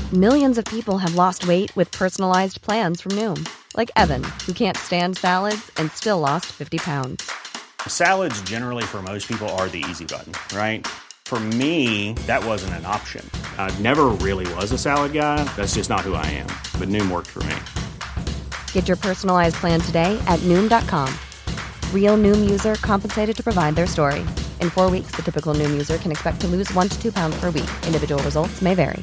Millions of people have lost weight with personalized plans from Noom. Like Evan, who can't stand salads and still lost 50 pounds. Salads generally for most people are the easy button, right? For me, that wasn't an option. I never really was a salad guy. That's just not who I am. But Noom worked for me. Get your personalized plan today at Noom.com. Real Noom user compensated to provide their story. In 4 weeks, the typical Noom user can expect to lose 1 to 2 pounds per week. Individual results may vary.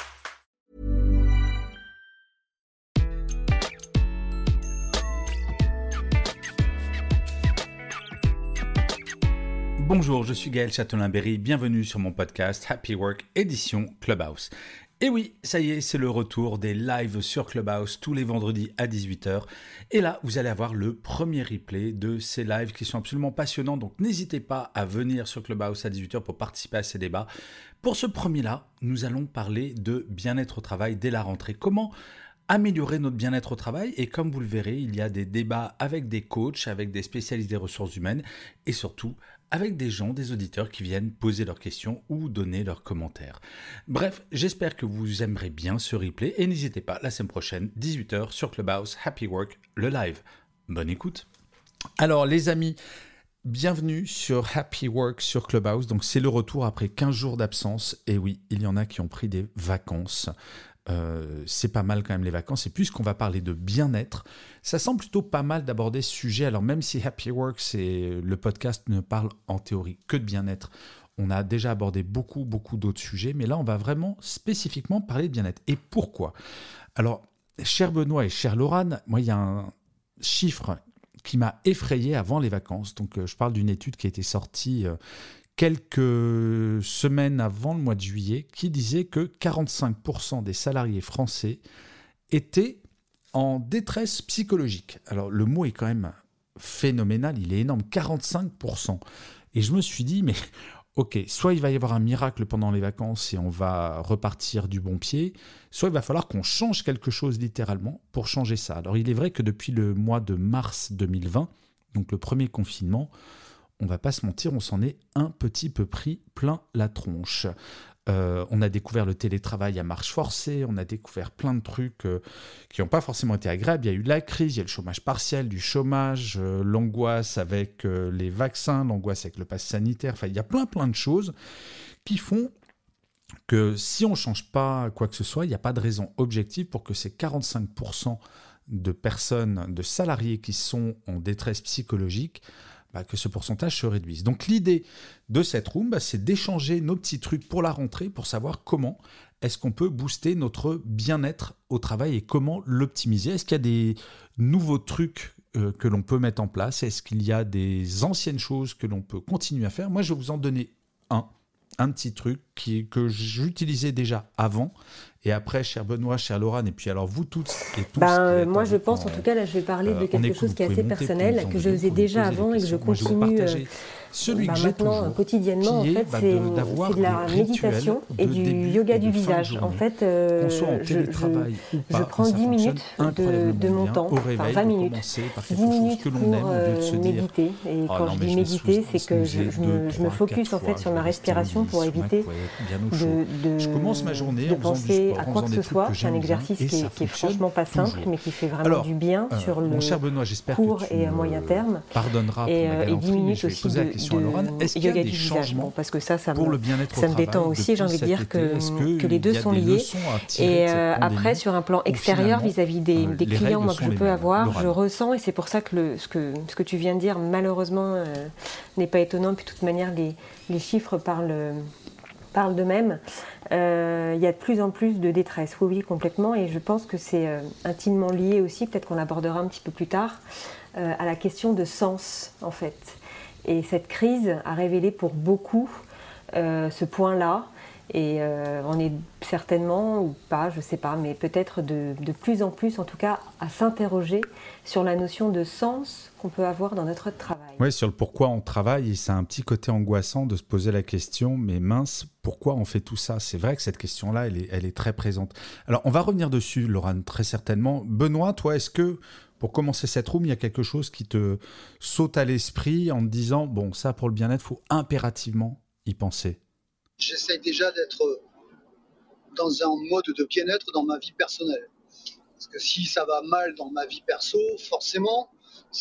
Bonjour, je suis Gaël Châtelain-Berry, bienvenue sur mon podcast Happy Work édition Clubhouse. Et oui, ça y est, c'est le retour des lives sur Clubhouse tous les vendredis à 18h. Et là, vous allez avoir le premier replay de ces lives qui sont absolument passionnants. Donc n'hésitez pas à venir sur Clubhouse à 18h pour participer à ces débats. Pour ce premier-là, nous allons parler de bien-être au travail dès la rentrée. Comment améliorer notre bien-être au travail, et comme vous le verrez, il y a des débats avec des coachs, avec des spécialistes des ressources humaines et surtout avec des gens, des auditeurs qui viennent poser leurs questions ou donner leurs commentaires. Bref, j'espère que vous aimerez bien ce replay et n'hésitez pas, la semaine prochaine, 18h sur Clubhouse, Happy Work, le live. Bonne écoute. Alors les amis, bienvenue sur Happy Work sur Clubhouse. Donc c'est le retour après 15 jours d'absence. Et oui, il y en a qui ont pris des vacances. C'est pas mal quand même les vacances, et puisqu'on va parler de bien-être, ça semble plutôt pas mal d'aborder ce sujet. Alors même si Happy Work, le podcast ne parle en théorie que de bien-être, on a déjà abordé beaucoup d'autres sujets, mais là on va vraiment spécifiquement parler de bien-être. Et pourquoi ? Alors, cher Benoît et cher Laurane, moi il y a un chiffre qui m'a effrayé avant les vacances. Donc je parle d'une étude qui a été sortie quelques semaines avant le mois de juillet, qui disait que 45% des salariés français étaient en détresse psychologique. Alors le mot est quand même phénoménal, il est énorme, 45%. Et je me suis dit, mais ok, soit il va y avoir un miracle pendant les vacances et on va repartir du bon pied, soit il va falloir qu'on change quelque chose littéralement pour changer ça. Alors il est vrai que depuis le mois de mars 2020, donc le premier confinement, on va pas se mentir, on s'en est un petit peu pris plein la tronche. On a découvert le télétravail à marche forcée, on a découvert plein de trucs qui n'ont pas forcément été agréables. Il y a eu la crise, il y a le chômage partiel, du chômage, l'angoisse avec les vaccins, l'angoisse avec le pass sanitaire. Enfin, il y a plein de choses qui font que si on ne change pas quoi que ce soit, il n'y a pas de raison objective pour que ces 45% de personnes, de salariés qui sont en détresse psychologique, que ce pourcentage se réduise. Donc l'idée de cette room, c'est d'échanger nos petits trucs pour la rentrée, pour savoir comment est-ce qu'on peut booster notre bien-être au travail et comment l'optimiser. Est-ce qu'il y a des nouveaux trucs que l'on peut mettre en place ? Est-ce qu'il y a des anciennes choses que l'on peut continuer à faire ? Moi, je vais vous en donner un petit truc que j'utilisais déjà avant. Et après, cher Benoît, cher Laurane, et puis alors vous toutes et tous... moi, je pense, en tout cas, là, je vais parler de quelque chose qui est assez personnel, que je faisais déjà avant et que je continue maintenant quotidiennement. En fait, c'est de la méditation et du yoga du visage. En fait, je prends 10 minutes de mon temps, enfin 20 minutes, 10 minutes pour méditer. Et quand je dis méditer, c'est que je me focus en fait sur ma respiration pour éviter de penser à quoi que ce soit. C'est un exercice qui est franchement pas simple, mais qui fait vraiment du bien sur le court et moyen terme. Et 10 minutes aussi de yoga du visage. Parce que ça me détend aussi. J'ai envie de dire que les deux sont liés. Et après, sur un plan extérieur, vis-à-vis des clients que je peux avoir, je ressens, et c'est pour ça que ce que tu viens de dire, malheureusement, n'est pas étonnant. Puis de toute manière, les chiffres parlent d'eux-mêmes. Il y a de plus en plus de détresse, oui, complètement, et je pense que c'est intimement lié aussi, peut-être qu'on l'abordera un petit peu plus tard, à la question de sens, en fait. Et cette crise a révélé pour beaucoup ce point-là, et on est certainement, ou pas, je ne sais pas, mais peut-être de plus en plus, en tout cas, à s'interroger sur la notion de sens qu'on peut avoir dans notre travail. Oui, sur le pourquoi on travaille, et c'est un petit côté angoissant de se poser la question, mais mince, pourquoi on fait tout ça ? C'est vrai que cette question-là, elle est très présente. Alors, on va revenir dessus, Laurane, très certainement. Benoît, toi, est-ce que, pour commencer cette room, il y a quelque chose qui te saute à l'esprit en te disant, bon, ça, pour le bien-être, il faut impérativement y penser ? J'essaye déjà d'être dans un mode de bien-être dans ma vie personnelle. Parce que si ça va mal dans ma vie perso, forcément,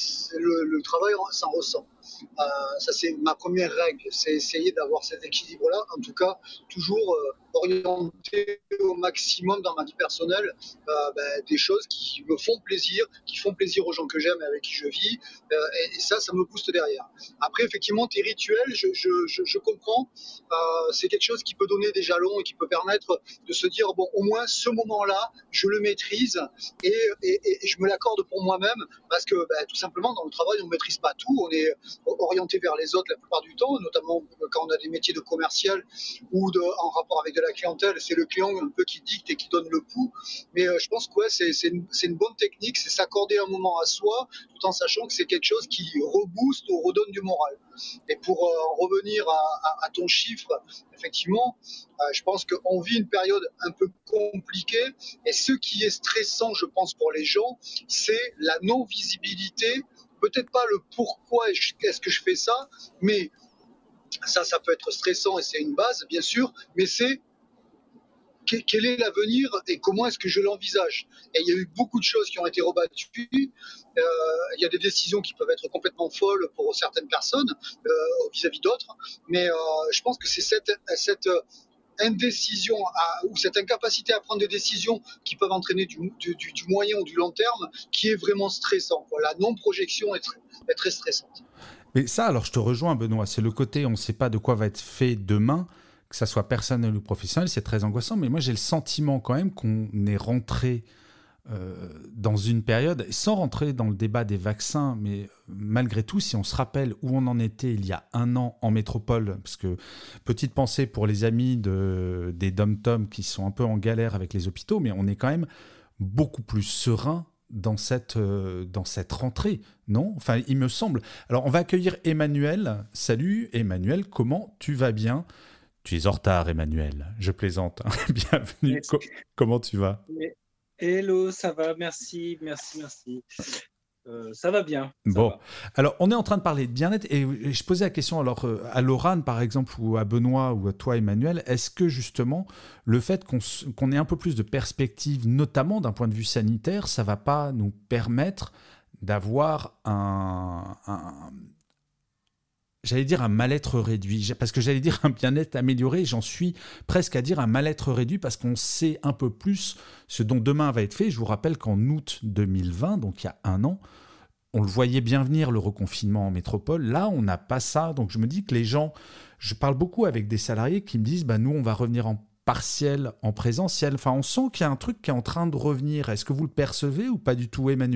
le travail s'en ressent. Ça, c'est ma première règle, c'est essayer d'avoir cet équilibre-là, en tout cas, toujours orienter au maximum dans ma vie personnelle des choses qui me font plaisir, qui font plaisir aux gens que j'aime et avec qui je vis, et ça me booste derrière. Après, effectivement, tes rituels, je comprends, c'est quelque chose qui peut donner des jalons et qui peut permettre de se dire, bon, au moins ce moment-là, je le maîtrise et je me l'accorde pour moi-même, parce que tout simplement, dans le travail, on ne maîtrise pas tout, on est orienté vers les autres la plupart du temps, notamment quand on a des métiers de commercial ou en rapport avec de la clientèle, c'est le client un peu qui dicte et qui donne le pouls. Mais je pense que c'est une bonne technique, c'est s'accorder un moment à soi, tout en sachant que c'est quelque chose qui rebooste ou redonne du moral. Et pour en revenir à ton chiffre, effectivement, je pense qu'on vit une période un peu compliquée, et ce qui est stressant, je pense, pour les gens, c'est la non-visibilité. Peut-être pas le pourquoi est-ce que je fais ça, mais ça peut être stressant et c'est une base, bien sûr, mais c'est quel est l'avenir et comment est-ce que je l'envisage. Et il y a eu beaucoup de choses qui ont été rebattues. Il y a des décisions qui peuvent être complètement folles pour certaines personnes vis-à-vis d'autres, mais je pense que c'est cette indécision ou cette incapacité à prendre des décisions qui peuvent entraîner du moyen ou du long terme qui est vraiment stressant. La non-projection est très stressante. Mais ça, alors je te rejoins, Benoît, c'est le côté on ne sait pas de quoi va être fait demain, que ça soit personnel ou professionnel, c'est très angoissant, mais moi j'ai le sentiment quand même qu'on est rentré dans une période, sans rentrer dans le débat des vaccins, mais malgré tout, si on se rappelle où on en était il y a 1 an en métropole, parce que petite pensée pour les amis des dom-tom qui sont un peu en galère avec les hôpitaux, mais on est quand même beaucoup plus serein dans cette rentrée, non ? Enfin, il me semble. Alors, on va accueillir Emmanuel. Salut Emmanuel, comment tu vas bien ? Tu es en retard, Emmanuel. Je plaisante. Hein. Bienvenue. Comment tu vas ? Hello, ça va, merci. Ça va bien. Bon, alors on est en train de parler de bien-être et je posais la question alors à Laurane par exemple ou à Benoît ou à toi Emmanuel, est-ce que justement le fait qu'on ait un peu plus de perspective, notamment d'un point de vue sanitaire, ça va pas nous permettre d'avoir j'allais dire un mal-être réduit, parce que j'allais dire un bien-être amélioré, j'en suis presque à dire un mal-être réduit parce qu'on sait un peu plus ce dont demain va être fait. Je vous rappelle qu'en août 2020, donc il y a 1 an, on le voyait bien venir le reconfinement en métropole. Là, on n'a pas ça. Donc je me dis que les gens, je parle beaucoup avec des salariés qui me disent nous, on va revenir en partiel, en présentiel. Enfin, on sent qu'il y a un truc qui est en train de revenir. Est-ce que vous le percevez ou pas du tout, Emmanuel ?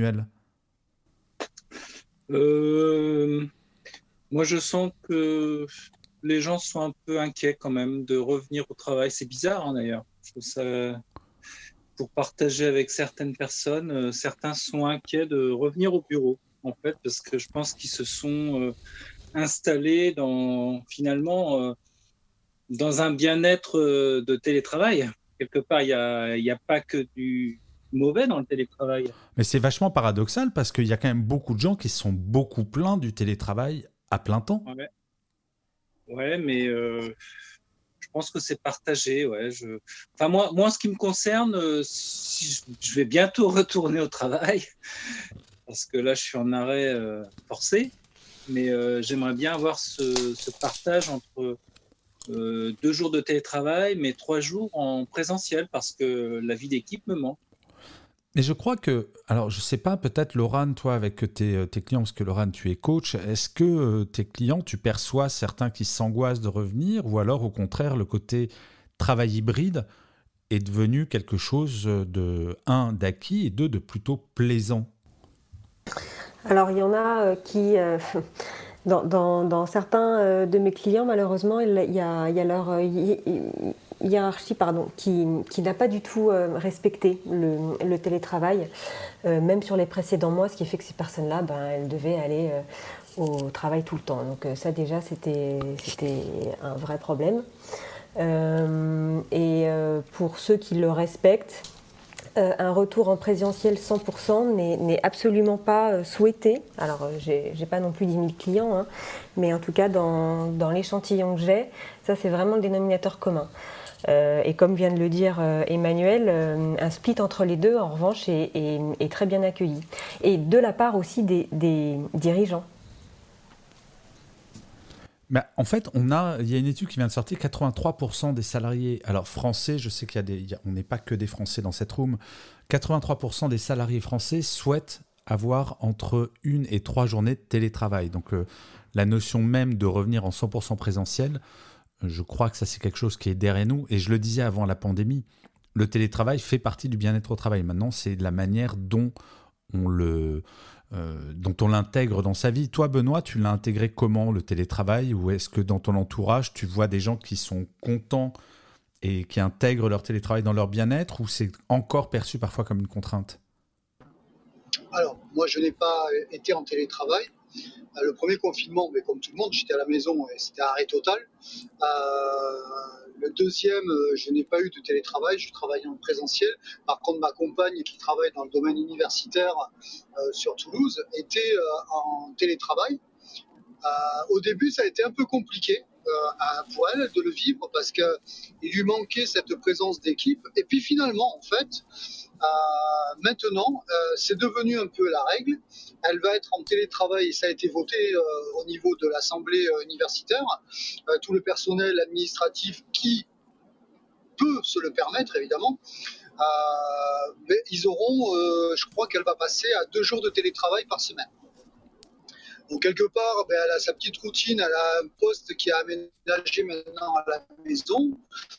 Moi, je sens que les gens sont un peu inquiets quand même de revenir au travail. C'est bizarre d'ailleurs. Pour partager avec certaines personnes, certains sont inquiets de revenir au bureau, en fait, parce que je pense qu'ils se sont installés finalement dans un bien-être de télétravail. Quelque part, il n'y a pas que du mauvais dans le télétravail. Mais c'est vachement paradoxal parce qu'il y a quand même beaucoup de gens qui se sont beaucoup plaints du télétravail à plein temps. Ouais, mais je pense que c'est partagé. Ouais. Moi, en ce qui me concerne, je vais bientôt retourner au travail parce que là, je suis en arrêt forcé. Mais j'aimerais bien avoir ce partage entre 2 jours de télétravail, mais 3 jours en présentiel parce que la vie d'équipe me manque. Mais je crois que, alors je ne sais pas, peut-être Laurane, toi avec tes clients, parce que Laurane, tu es coach, est-ce que tes clients, tu perçois certains qui s'angoissent de revenir ou alors au contraire le côté travail hybride est devenu quelque chose d'acquis et de plutôt plaisant ? Alors il y en a qui... Dans certains de mes clients, malheureusement, il y a leur hiérarchie qui n'a pas du tout respecté le télétravail, même sur les précédents mois, ce qui fait que ces personnes-là, elles devaient aller au travail tout le temps. Donc ça déjà, c'était un vrai problème. Pour ceux qui le respectent, un retour en présentiel 100% n'est absolument pas souhaité. Alors, j'ai pas non plus 10 000 clients, hein, mais en tout cas, dans l'échantillon que j'ai, ça, c'est vraiment le dénominateur commun. Et comme vient de le dire Emmanuel, un split entre les deux, en revanche, est très bien accueilli. Et de la part aussi des dirigeants. Ben, en fait, il y a une étude qui vient de sortir, 83% des salariés, alors français, je sais on n'est pas que des Français dans cette room, 83% des salariés français souhaitent avoir entre 1 et 3 journées de télétravail. Donc la notion même de revenir en 100% présentiel, je crois que ça c'est quelque chose qui est derrière nous. Et je le disais avant la pandémie, le télétravail fait partie du bien-être au travail. Maintenant, c'est la manière dont on l'intègre dans sa vie. Toi, Benoît, tu l'as intégré comment, le télétravail? Ou est-ce que dans ton entourage, tu vois des gens qui sont contents et qui intègrent leur télétravail dans leur bien-être, ou c'est encore perçu parfois comme une contrainte? Alors, moi, je n'ai pas été en télétravail. Le premier confinement, mais comme tout le monde, j'étais à la maison et c'était arrêt total. Le deuxième, je n'ai pas eu de télétravail, je travaillais en présentiel. Par contre, ma compagne qui travaille dans le domaine universitaire sur Toulouse était en télétravail. Au début, ça a été un peu compliqué pour elle de le vivre parce qu'il lui manquait cette présence d'équipe. Et puis finalement, en fait, maintenant, c'est devenu un peu la règle. Elle va être en télétravail et ça a été voté au niveau de l'Assemblée universitaire. Tout le personnel administratif qui peut se le permettre, évidemment, mais ils auront, je crois qu'elle va passer à 2 jours de télétravail par semaine. Donc quelque part, elle a sa petite routine, elle a un poste qui est aménagé maintenant à la maison.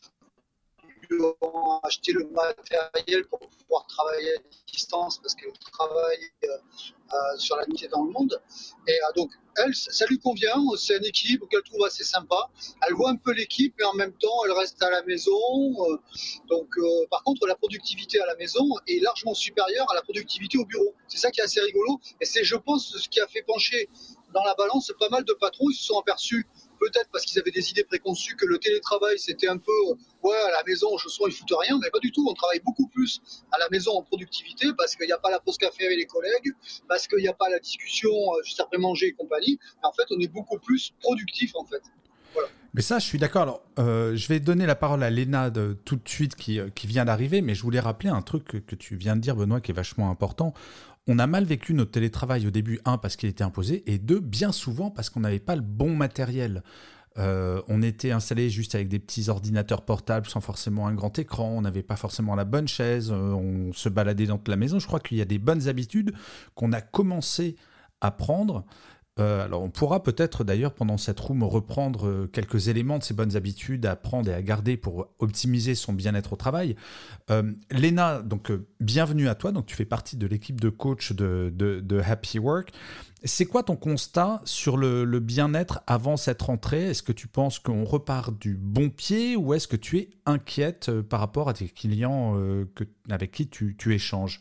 Ils lui ont acheté le matériel pour pouvoir travailler à distance parce qu'elle travaille sur la unité dans le monde. Et donc, elle, ça lui convient, c'est un équilibre qu'elle trouve assez sympa. Elle voit un peu l'équipe, mais en même temps, elle reste à la maison. Donc, par contre, la productivité à la maison est largement supérieure à la productivité au bureau. C'est ça qui est assez rigolo. Et c'est, je pense, ce qui a fait pencher dans la balance pas mal de patrons. Ils se sont aperçus, peut-être parce qu'ils avaient des idées préconçues, que le télétravail, c'était un peu, à la maison, ils foutent rien, mais pas du tout. On travaille beaucoup plus à la maison en productivité parce qu'il n'y a pas la pause café avec les collègues, parce qu'il n'y a pas la discussion juste après manger et compagnie. Et en fait, on est beaucoup plus productif, en fait. Voilà. Mais ça, je suis d'accord. Alors, je vais donner la parole à Léna tout de suite qui vient d'arriver, mais je voulais rappeler un truc que tu viens de dire, Benoît, qui est vachement important. On a mal vécu notre télétravail au début, 1, parce qu'il était imposé, et 2, bien souvent, parce qu'on n'avait pas le bon matériel. On était installé juste avec des petits ordinateurs portables sans forcément un grand écran, on n'avait pas forcément la bonne chaise, on se baladait dans toute la maison. Je crois qu'il y a des bonnes habitudes qu'on a commencé à prendre. Alors on pourra peut-être d'ailleurs pendant cette room reprendre quelques éléments de ces bonnes habitudes à prendre et à garder pour optimiser son bien-être au travail. Léna, donc bienvenue à toi, donc tu fais partie de l'équipe de coach de Happy Work. C'est quoi ton constat sur le bien-être avant cette rentrée? Est-ce que tu penses qu'on repart du bon pied ou est-ce que tu es inquiète par rapport à tes clients avec qui tu échanges?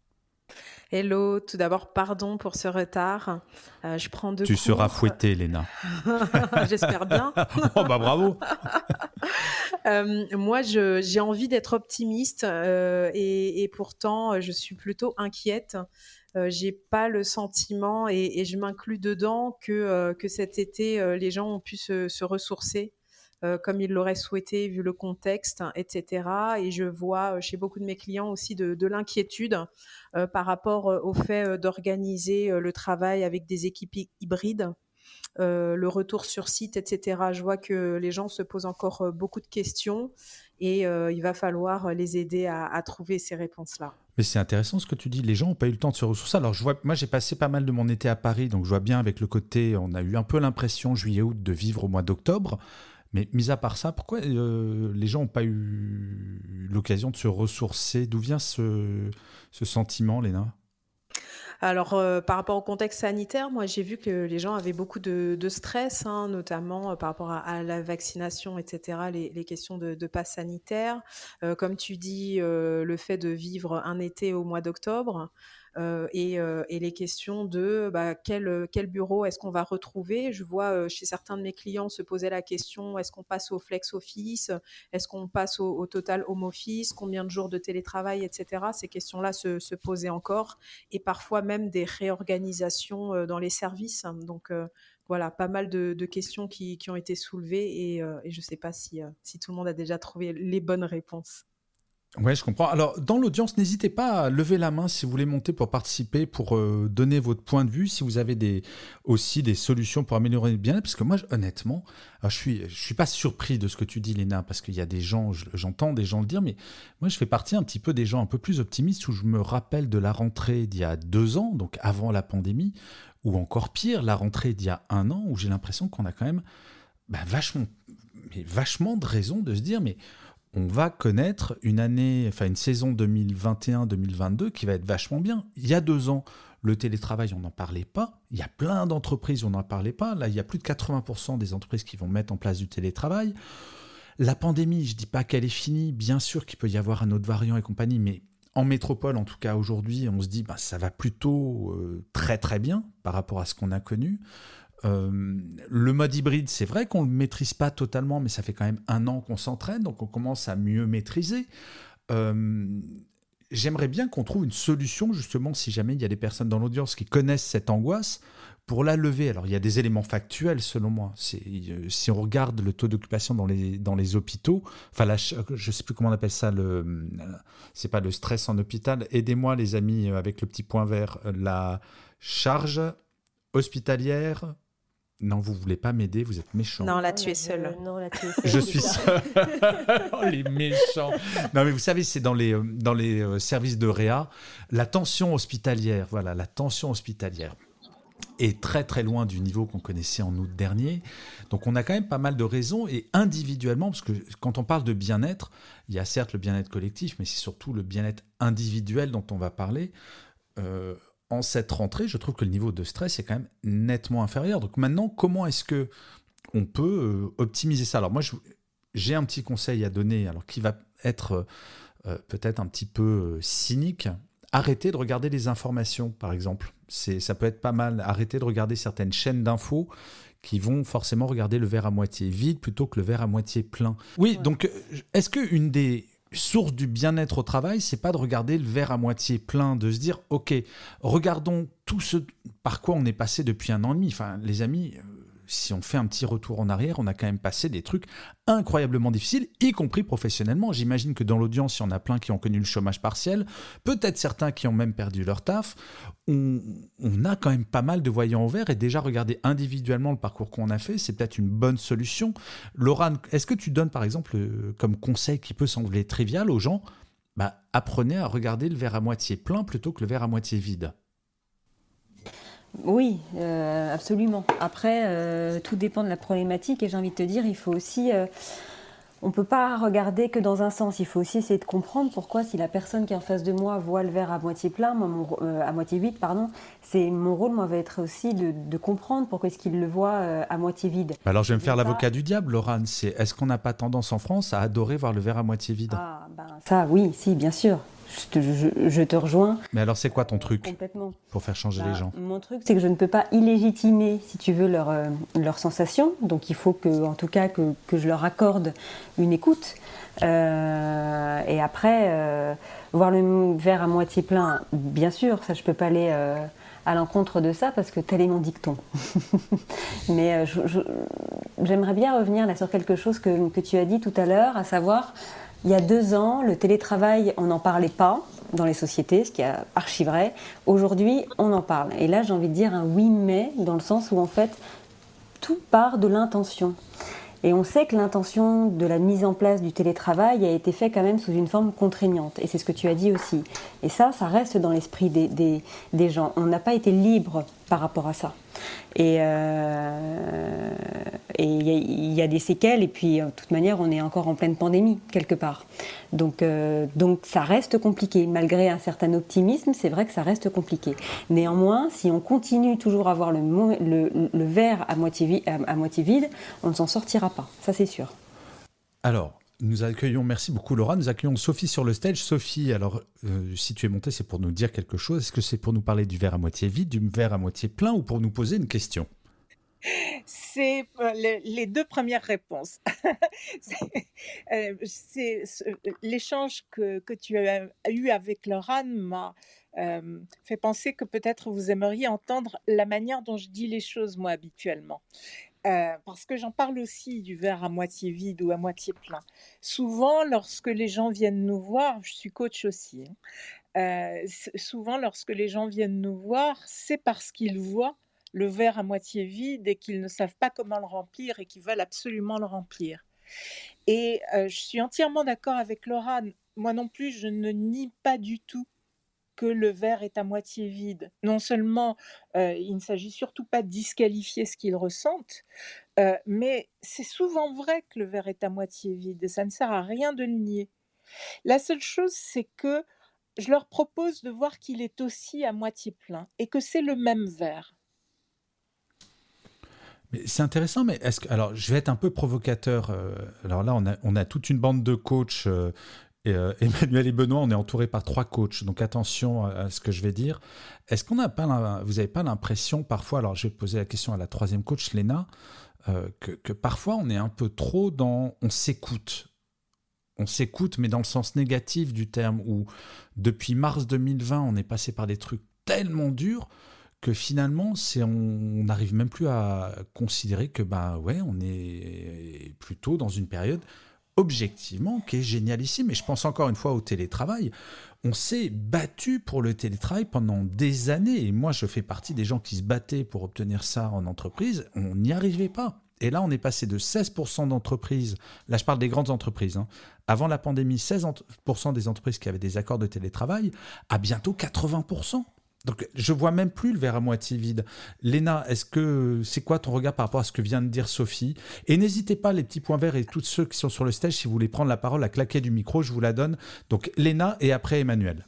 Hello, tout d'abord, pardon pour ce retard. Je prends 2 cours. Tu seras fouettée, Léna. J'espère bien. Oh, bah bravo. Moi, j'ai envie d'être optimiste et pourtant, je suis plutôt inquiète. J'ai pas le sentiment, et je m'inclus dedans, que cet été, les gens ont pu se ressourcer comme ils l'auraient souhaité vu le contexte, etc. Et je vois chez beaucoup de mes clients aussi de l'inquiétude par rapport au fait d'organiser le travail avec des équipes hybrides, le retour sur site, etc. Je vois que les gens se posent encore beaucoup de questions et il va falloir les aider à trouver ces réponses-là. Mais c'est intéressant ce que tu dis, les gens n'ont pas eu le temps de se ressourcer. Alors moi j'ai passé pas mal de mon été à Paris, donc je vois bien avec le côté, on a eu un peu l'impression juillet-août de vivre au mois d'octobre. Mais mis à part ça, pourquoi les gens n'ont pas eu l'occasion de se ressourcer? D'où vient ce sentiment, Léna? Alors, par rapport au contexte sanitaire, moi, j'ai vu que les gens avaient beaucoup de stress, notamment par rapport à la vaccination, etc., les questions de passe sanitaire. Comme tu dis, le fait de vivre un été au mois d'octobre. Et les questions de quel bureau est-ce qu'on va retrouver. Je vois chez certains de mes clients se poser la question, est-ce qu'on passe au flex office, est-ce qu'on passe au total home office, combien de jours de télétravail, etc. Ces questions-là se posaient encore, et parfois même des réorganisations dans les services. Donc voilà, pas mal de questions qui ont été soulevées et je ne sais pas si tout le monde a déjà trouvé les bonnes réponses. Ouais, je comprends. Alors, dans l'audience, n'hésitez pas à lever la main si vous voulez monter pour participer, pour donner votre point de vue, si vous avez aussi des solutions pour améliorer le bien-être. Parce que moi, honnêtement, je suis pas surpris de ce que tu dis, Léna, parce qu'il y a des gens, j'entends des gens le dire, mais moi, je fais partie un petit peu des gens un peu plus optimistes, où je me rappelle de la rentrée d'il y a 2 ans, donc avant la pandémie, ou encore pire, la rentrée d'il y a 1 an, où j'ai l'impression qu'on a quand même vachement de raisons de se dire, mais on va connaître une saison 2021-2022 qui va être vachement bien. Il y a 2 ans, le télétravail, on n'en parlait pas. Il y a plein d'entreprises, on n'en parlait pas. Là, il y a plus de 80% des entreprises qui vont mettre en place du télétravail. La pandémie, je ne dis pas qu'elle est finie. Bien sûr qu'il peut y avoir un autre variant et compagnie, mais en métropole, en tout cas aujourd'hui, on se dit ça va plutôt très très bien par rapport à ce qu'on a connu. Le mode hybride, c'est vrai qu'on ne le maîtrise pas totalement, mais ça fait quand même 1 an qu'on s'entraîne, donc on commence à mieux maîtriser. J'aimerais bien qu'on trouve une solution, justement, si jamais il y a des personnes dans l'audience qui connaissent cette angoisse, pour la lever. Alors, il y a des éléments factuels, selon moi. Si on regarde le taux d'occupation dans les hôpitaux, je ne sais plus comment on appelle ça, c'est pas le stress en hôpital. Aidez-moi, les amis, avec le petit point vert. La charge hospitalière... Non, vous ne voulez pas m'aider, vous êtes méchants. Non, là, tu es seul. Non, là, tu es seul. Je suis seul. Oh, les méchants. Non, mais vous savez, c'est dans les services de réa, la tension hospitalière, est très, très loin du niveau qu'on connaissait en août dernier. Donc, on a quand même pas mal de raisons. Et individuellement, parce que quand on parle de bien-être, il y a certes le bien-être collectif, mais c'est surtout le bien-être individuel dont on va parler. En cette rentrée, je trouve que le niveau de stress est quand même nettement inférieur. Donc maintenant, comment est-ce qu'on peut optimiser ça ? Alors moi, j'ai un petit conseil à donner, alors qui va être peut-être un petit peu cynique. Arrêtez de regarder les informations, par exemple. Ça peut être pas mal. Arrêtez de regarder certaines chaînes d'infos qui vont forcément regarder le verre à moitié vide plutôt que le verre à moitié plein. Oui, ouais. Donc est-ce qu'une des source du bien-être au travail, c'est pas de regarder le verre à moitié plein, de se dire ok, regardons tout ce par quoi on est passé depuis 1 an et demi. Enfin, les amis, si on fait un petit retour en arrière, on a quand même passé des trucs incroyablement difficiles, y compris professionnellement. J'imagine que dans l'audience, il y en a plein qui ont connu le chômage partiel, peut-être certains qui ont même perdu leur taf. On a quand même pas mal de voyants au vert, et déjà regarder individuellement le parcours qu'on a fait, c'est peut-être une bonne solution. Laurane, est-ce que tu donnes par exemple comme conseil qui peut sembler trivial aux gens, apprenez à regarder le verre à moitié plein plutôt que le verre à moitié vide? Oui, absolument. Après, tout dépend de la problématique, et j'ai envie de te dire, il faut aussi... on ne peut pas regarder que dans un sens, il faut aussi essayer de comprendre pourquoi, si la personne qui est en face de moi voit le verre à moitié plein, à moitié vide, c'est mon rôle, va être aussi de comprendre pourquoi est-ce qu'il le voit à moitié vide. Alors je vais me faire l'avocat du diable, Laurane, est-ce qu'on n'a pas tendance en France à adorer voir le verre à moitié vide ? Ça, oui, si, bien sûr. Je te rejoins. Mais alors, c'est quoi ton truc complètement pour faire changer les gens ? Mon truc, c'est que je ne peux pas illégitimer, si tu veux, leur sensation. Donc, il faut en tout cas que je leur accorde une écoute. Et après, voir le verre à moitié plein, bien sûr, ça, je ne peux pas aller à l'encontre de ça parce que tel est mon dicton. Mais j'aimerais bien revenir là sur quelque chose que tu as dit tout à l'heure, à savoir... Il y a 2 ans, le télétravail, on n'en parlait pas dans les sociétés, ce qui est archi vrai. Aujourd'hui, on en parle. Et là, j'ai envie de dire un oui mais, dans le sens où en fait, tout part de l'intention. Et on sait que l'intention de la mise en place du télétravail a été faite quand même sous une forme contraignante. Et c'est ce que tu as dit aussi. Et ça reste dans l'esprit des gens. On n'a pas été libre par rapport à ça. Et il y a des séquelles, et puis de toute manière on est encore en pleine pandémie quelque part, donc ça reste compliqué. Malgré un certain optimisme, c'est vrai que ça reste compliqué. Néanmoins, si on continue toujours à voir le verre à moitié vide, on ne s'en sortira pas, ça c'est sûr. Alors, nous accueillons, merci beaucoup Laura, nous accueillons Sophie sur le stage. Sophie, alors si tu es montée, c'est pour nous dire quelque chose. Est-ce que c'est pour nous parler du verre à moitié vide, du verre à moitié plein, ou pour nous poser une question ? C'est les 2 premières réponses. C'est l'échange que tu as eu avec Laurane fait penser que peut-être vous aimeriez entendre la manière dont je dis les choses, moi, habituellement. Parce que j'en parle aussi du verre à moitié vide ou à moitié plein. Souvent, lorsque les gens viennent nous voir, je suis coach aussi, souvent, lorsque les gens viennent nous voir, c'est parce qu'ils voient le verre à moitié vide et qu'ils ne savent pas comment le remplir et qu'ils veulent absolument le remplir. Et je suis entièrement d'accord avec Laura. Moi non plus, je ne nie pas du tout que le verre est à moitié vide. Non seulement il ne s'agit surtout pas de disqualifier ce qu'ils ressentent, mais c'est souvent vrai que le verre est à moitié vide et ça ne sert à rien de le nier. La seule chose, c'est que je leur propose de voir qu'il est aussi à moitié plein et que c'est le même verre. Mais c'est intéressant, mais alors je vais être un peu provocateur. Alors là, on a toute une bande de coachs. Emmanuel et Benoît, on est entourés par 3 coachs, donc attention à ce que je vais dire. Est-ce qu'on n'a pas, vous n'avez pas l'impression parfois, alors je vais poser la question à la 3e coach, Léna, que parfois on est un peu trop dans, on s'écoute, mais dans le sens négatif du terme, où depuis mars 2020, on est passé par des trucs tellement durs que finalement, on n'arrive même plus à considérer que on est plutôt dans une période objectivement qui est génialissime. Et je pense encore une fois au télétravail. On s'est battu pour le télétravail pendant des années. Et moi, je fais partie des gens qui se battaient pour obtenir ça en entreprise. On n'y arrivait pas. Et là, on est passé de 16% d'entreprises, là je parle des grandes entreprises, avant la pandémie, 16% des entreprises qui avaient des accords de télétravail, à bientôt 80%. Donc, je ne vois même plus le verre à moitié vide. Léna, c'est quoi ton regard par rapport à ce que vient de dire Sophie ? Et n'hésitez pas, les petits points verts et tous ceux qui sont sur le stage, si vous voulez prendre la parole, à claquer du micro, je vous la donne. Donc, Léna et après Emmanuel.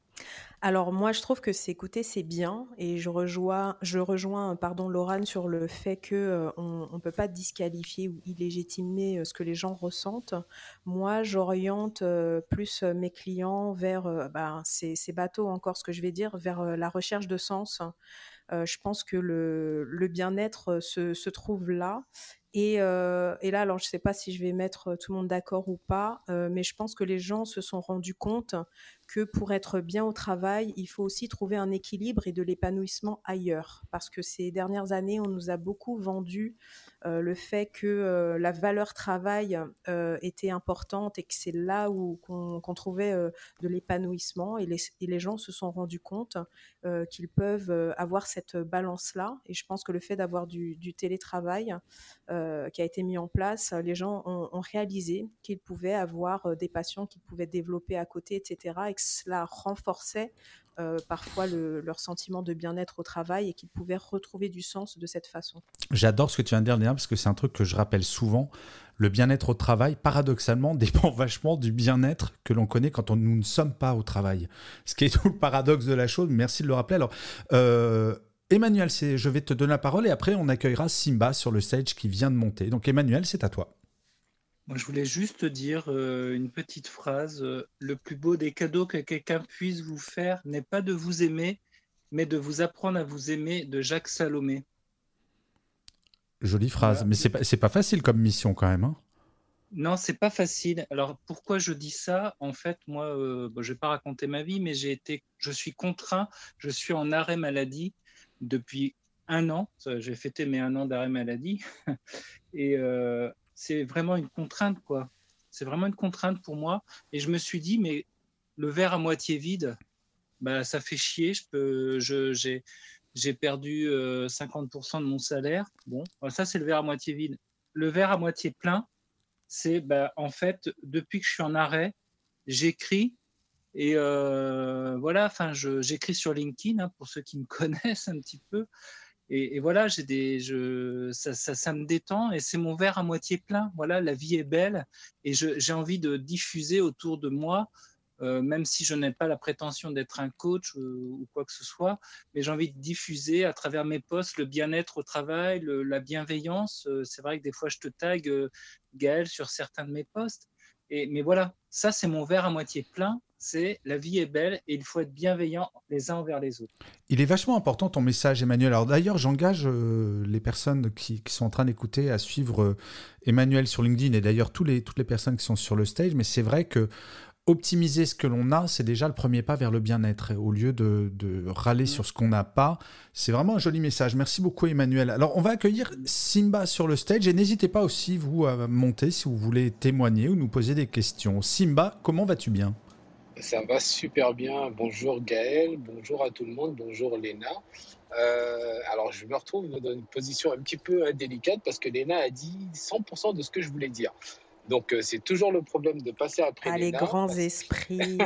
Alors moi, je trouve que s'écouter, c'est bien, et je rejoins Laurane sur le fait qu'on ne peut pas disqualifier ou illégitimer ce que les gens ressentent. Moi, j'oriente plus mes clients vers, c'est bateau encore ce que je vais dire, vers la recherche de sens. Je pense que le bien-être se trouve là. Et là, alors je ne sais pas si je vais mettre tout le monde d'accord ou pas, mais je pense que les gens se sont rendus compte que pour être bien au travail, il faut aussi trouver un équilibre et de l'épanouissement ailleurs. Parce que ces dernières années, on nous a beaucoup vendu le fait que la valeur travail était importante et que c'est là où qu'on trouvait de l'épanouissement. Et les gens se sont rendus compte qu'ils peuvent avoir cette balance-là. Et je pense que le fait d'avoir du télétravail qui a été mis en place, les gens ont réalisé qu'ils pouvaient avoir des passions qu'ils pouvaient développer à côté, etc. Et que cela renforçait parfois leur sentiment de bien-être au travail et qu'ils pouvaient retrouver du sens de cette façon. J'adore ce que tu viens de dire, Léa, parce que c'est un truc que je rappelle souvent. Le bien-être au travail, paradoxalement, dépend vachement du bien-être que l'on connaît quand nous ne sommes pas au travail. Ce qui est tout le paradoxe de la chose. Merci de le rappeler. Alors, Emmanuel, je vais te donner la parole et après, on accueillera Simba sur le stage qui vient de monter. Donc, Emmanuel, c'est à toi. Moi, je voulais juste dire une petite phrase. Le plus beau des cadeaux que quelqu'un puisse vous faire n'est pas de vous aimer, mais de vous apprendre à vous aimer, de Jacques Salomé. Jolie phrase, voilà. Mais c'est pas facile comme mission quand même. Non, c'est pas facile. Alors, pourquoi je dis ça ? En fait, moi, je vais pas raconter ma vie, mais je suis contraint, je suis en arrêt maladie depuis 1 an. J'ai fêté mes 1 an d'arrêt maladie. Et c'est vraiment une contrainte, quoi. C'est vraiment une contrainte pour moi. Et je me suis dit, mais le verre à moitié vide, ça fait chier. J'ai perdu 50% de mon salaire. Bon, ça, c'est le verre à moitié vide. Le verre à moitié plein, c'est, en fait, depuis que je suis en arrêt, j'écris. Et voilà, j'écris sur LinkedIn, pour ceux qui me connaissent un petit peu. Et voilà, ça me détend et c'est mon verre à moitié plein. Voilà, la vie est belle et j'ai envie de diffuser autour de moi, même si je n'ai pas la prétention d'être un coach ou quoi que ce soit, mais j'ai envie de diffuser à travers mes posts le bien-être au travail, la bienveillance. C'est vrai que des fois, je te tag, Gaël, sur certains de mes posts. Mais voilà, ça, c'est mon verre à moitié plein. C'est la vie est belle et il faut être bienveillant les uns envers les autres. Il est vachement important ton message, Emmanuel. Alors d'ailleurs, j'engage les personnes qui sont en train d'écouter à suivre Emmanuel sur LinkedIn et d'ailleurs toutes les personnes qui sont sur le stage. Mais c'est vrai que optimiser ce que l'on a, c'est déjà le premier pas vers le bien-être. Et au lieu de râler sur ce qu'on n'a pas, c'est vraiment un joli message. Merci beaucoup, Emmanuel. Alors, on va accueillir Simba sur le stage et n'hésitez pas aussi, vous, à monter si vous voulez témoigner ou nous poser des questions. Simba, comment vas-tu bien ? Ça va super bien. Bonjour Gaël, bonjour à tout le monde, bonjour Léna. Alors, je me retrouve dans une position un petit peu indélicate parce que Léna a dit 100% de ce que je voulais dire. Donc, c'est toujours le problème de passer après Léna. Les grands esprits.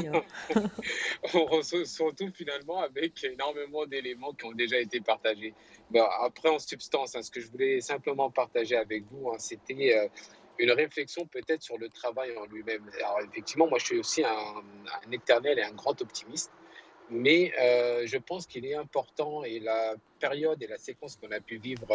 On se retrouve finalement avec énormément d'éléments qui ont déjà été partagés. Bon, après, en substance, ce que je voulais simplement partager avec vous, c'était une réflexion peut-être sur le travail en lui-même. Alors, effectivement, moi, je suis aussi un éternel et un grand optimiste. Mais je pense qu'il est important, et la période et la séquence qu'on a pu vivre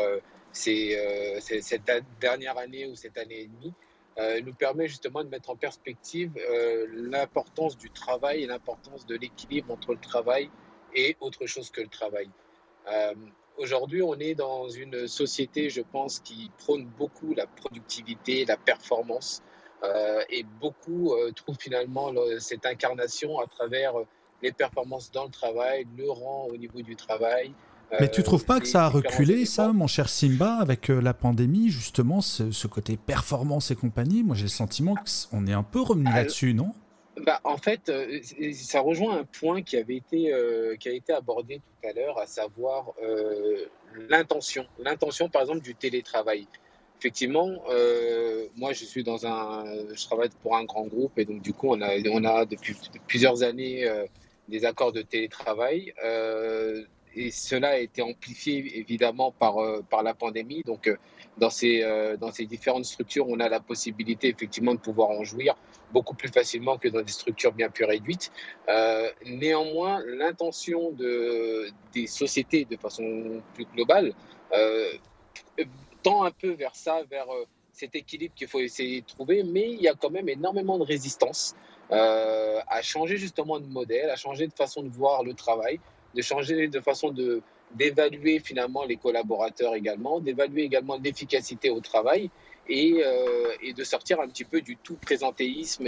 cette dernière année ou cette année et demie nous permet justement de mettre en perspective l'importance du travail et l'importance de l'équilibre entre le travail et autre chose que le travail. Aujourd'hui, on est dans une société, je pense, qui prône beaucoup la productivité, la performance, et beaucoup trouvent finalement cette incarnation à travers les performances dans le travail, le rang au niveau du travail. Mais tu ne trouves pas que ça a reculé, ça, mon cher Simba, avec la pandémie, justement, ce côté performance et compagnie? Moi, j'ai le sentiment qu'on est un peu revenu là-dessus, non? En fait, ça rejoint un point qui a été abordé tout à l'heure, à savoir l'intention. L'intention, par exemple, du télétravail. Effectivement, moi, je travaille pour un grand groupe et donc, du coup, on a depuis plusieurs années des accords de télétravail. Et cela a été amplifié évidemment par la pandémie. Donc, dans ces différentes structures, on a la possibilité effectivement de pouvoir en jouir beaucoup plus facilement que dans des structures bien plus réduites. Néanmoins, l'intention des sociétés de façon plus globale tend un peu vers cet équilibre qu'il faut essayer de trouver, mais il y a quand même énormément de résistance à changer justement de modèle, à changer de façon de voir le travail, de changer de façon d'évaluer finalement les collaborateurs également, d'évaluer également l'efficacité au travail et de sortir un petit peu du tout présentéisme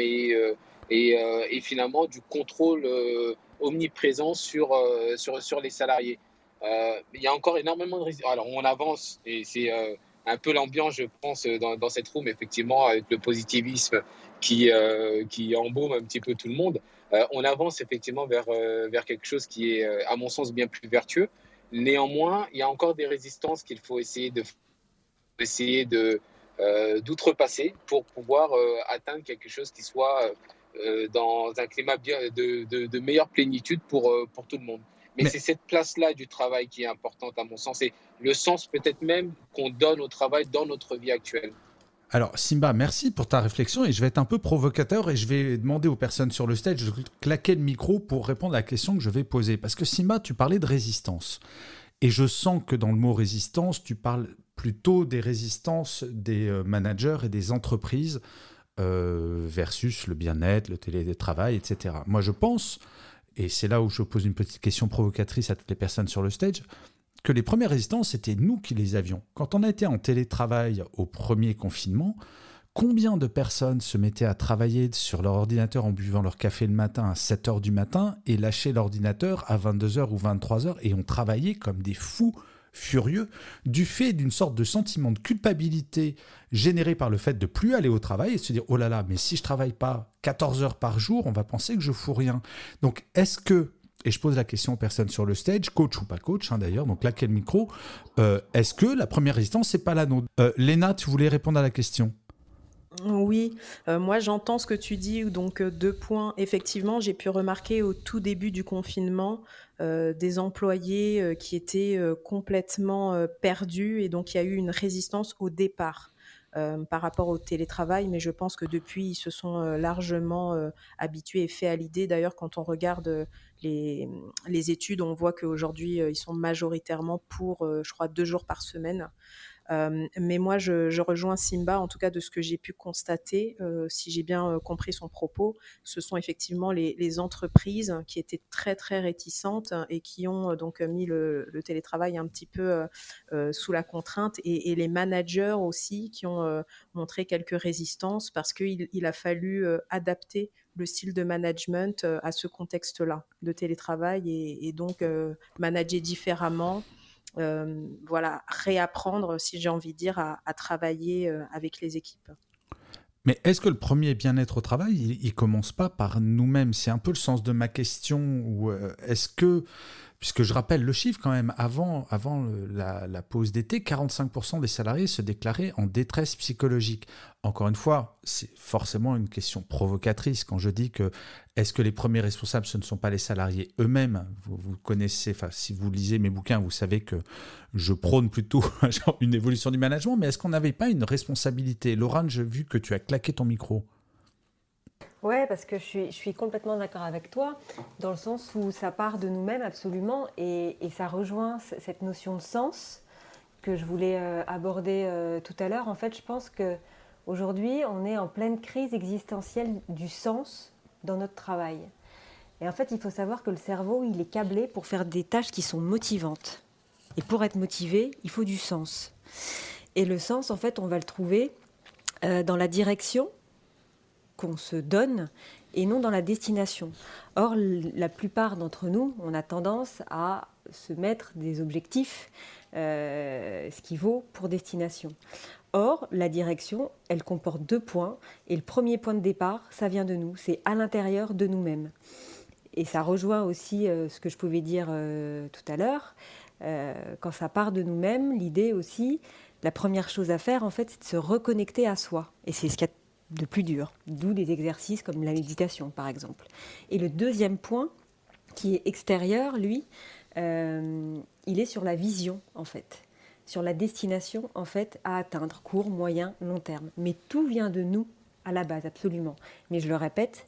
et finalement du contrôle omniprésent sur les salariés. Il y a encore énormément de résistance. Alors on avance et c'est un peu l'ambiance, je pense, dans cette room, effectivement, avec le positivisme qui embaume un petit peu tout le monde. On avance effectivement vers quelque chose qui est, à mon sens, bien plus vertueux. Néanmoins, il y a encore des résistances qu'il faut essayer d'outrepasser pour pouvoir atteindre quelque chose qui soit dans un climat de meilleure plénitude pour tout le monde. Mais c'est cette place-là du travail qui est importante à mon sens, et le sens peut-être même qu'on donne au travail dans notre vie actuelle. Alors Simba, merci pour ta réflexion, et je vais être un peu provocateur et je vais demander aux personnes sur le stage de claquer le micro pour répondre à la question que je vais poser. Parce que Simba, tu parlais de résistance. Et je sens que dans le mot résistance, tu parles plutôt des résistances des managers et des entreprises versus le bien-être, le télétravail, etc. Moi, je pense, et c'est là où je pose une petite question provocatrice à toutes les personnes sur le stage, que les premières résistances, c'était nous qui les avions. Quand on a été en télétravail au premier confinement, combien de personnes se mettaient à travailler sur leur ordinateur en buvant leur café le matin à 7h du matin et lâchaient l'ordinateur à 22h ou 23h et ont travaillé comme des fous furieux du fait d'une sorte de sentiment de culpabilité généré par le fait de plus aller au travail et de se dire « Oh là là, mais si je travaille pas 14 heures par jour, on va penser que je fous rien. » Donc, est-ce que, et je pose la question aux personnes sur le stage, coach ou pas coach d'ailleurs, donc là, quel micro, est-ce que la première résistance, c'est pas la nôtre? Léna, tu voulais répondre à la question? Oui, moi j'entends ce que tu dis, donc 2 points. Effectivement, j'ai pu remarquer au tout début du confinement des employés qui étaient complètement perdus, et donc il y a eu une résistance au départ par rapport au télétravail, mais je pense que depuis, ils se sont largement habitués et fait à l'idée. D'ailleurs, quand on regarde les études, on voit qu'aujourd'hui, ils sont majoritairement pour, je crois, 2 jours par semaine. Mais moi, je rejoins Simba, en tout cas de ce que j'ai pu constater, si j'ai bien compris son propos. Ce sont effectivement les entreprises qui étaient très, très réticentes et qui ont donc mis le télétravail un petit peu sous la contrainte, et les managers aussi qui ont montré quelques résistances parce qu'il a fallu adapter le style de management à ce contexte-là de télétravail et donc manager différemment, réapprendre, si j'ai envie de dire, à travailler avec les équipes. Mais est-ce que le premier bien-être au travail, il commence pas par nous-mêmes? C'est un peu le sens de ma question. Ou est-ce que, puisque je rappelle le chiffre quand même, avant la pause d'été, 45% des salariés se déclaraient en détresse psychologique. Encore une fois, c'est forcément une question provocatrice quand je dis que est-ce que les premiers responsables, ce ne sont pas les salariés eux-mêmes? Vous connaissez, enfin, si vous lisez mes bouquins, vous savez que je prône plutôt une évolution du management, mais est-ce qu'on n'avait pas une responsabilité? Laurent, j'ai vu que tu as claqué ton micro. Ouais, parce que je suis complètement d'accord avec toi, dans le sens où ça part de nous-mêmes absolument, et ça rejoint cette notion de sens que je voulais aborder tout à l'heure. En fait, je pense qu'aujourd'hui, on est en pleine crise existentielle du sens dans notre travail. Et en fait, il faut savoir que le cerveau, il est câblé pour faire des tâches qui sont motivantes. Et pour être motivé, il faut du sens. Et le sens, en fait, on va le trouver dans la direction qu'on se donne et non dans la destination. Or, la plupart d'entre nous, on a tendance à se mettre des objectifs, ce qui vaut pour destination. Or, la direction, elle comporte 2 points, et le premier point de départ, ça vient de nous, c'est à l'intérieur de nous-mêmes. Et ça rejoint aussi ce que je pouvais dire tout à l'heure. Quand ça part de nous-mêmes, l'idée aussi, la première chose à faire, en fait, c'est de se reconnecter à soi. Et c'est ce qu'il y a de plus dur, d'où des exercices comme la méditation, par exemple. Et le deuxième point, qui est extérieur, lui, il est sur la vision, en fait, sur la destination, en fait, à atteindre, court, moyen, long terme. Mais tout vient de nous, à la base, absolument. Mais je le répète,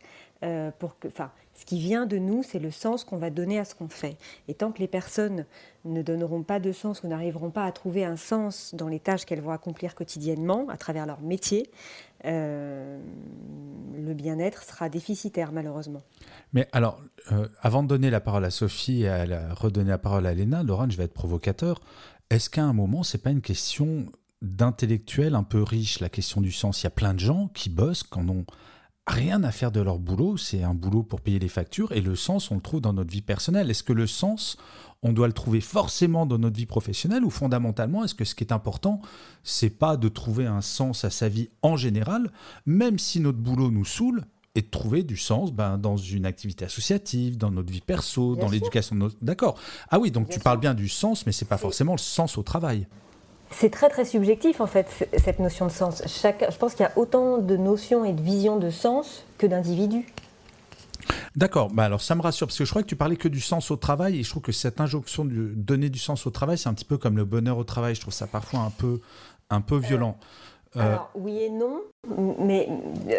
ce qui vient de nous, c'est le sens qu'on va donner à ce qu'on fait. Et tant que les personnes ne donneront pas de sens ou n'arriveront pas à trouver un sens dans les tâches qu'elles vont accomplir quotidiennement, à travers leur métier, le bien-être sera déficitaire, malheureusement. Mais alors, avant de donner la parole à Sophie et redonner la parole à Léna, Laurent, je vais être provocateur. Est-ce qu'à un moment, c'est pas une question d'intellectuel un peu riche, la question du sens? Il y a plein de gens qui bossent, qui n'ont rien à faire de leur boulot, c'est un boulot pour payer les factures, et le sens, on le trouve dans notre vie personnelle. Est-ce que le sens, on doit le trouver forcément dans notre vie professionnelle, ou fondamentalement, est-ce que ce qui est important, c'est pas de trouver un sens à sa vie en général, même si notre boulot nous saoule, et de trouver du sens dans une activité associative, dans notre vie perso, dans l'éducation de nos... D'accord. Ah oui, donc tu parles bien du sens, mais c'est pas forcément le sens au travail. C'est très très subjectif en fait, cette notion de sens. Je pense qu'il y a autant de notions et de visions de sens que d'individus. D'accord, alors ça me rassure, parce que je crois que tu parlais que du sens au travail, et je trouve que cette injonction de donner du sens au travail, c'est un petit peu comme le bonheur au travail. Je trouve ça parfois un peu violent. Alors oui et non, mais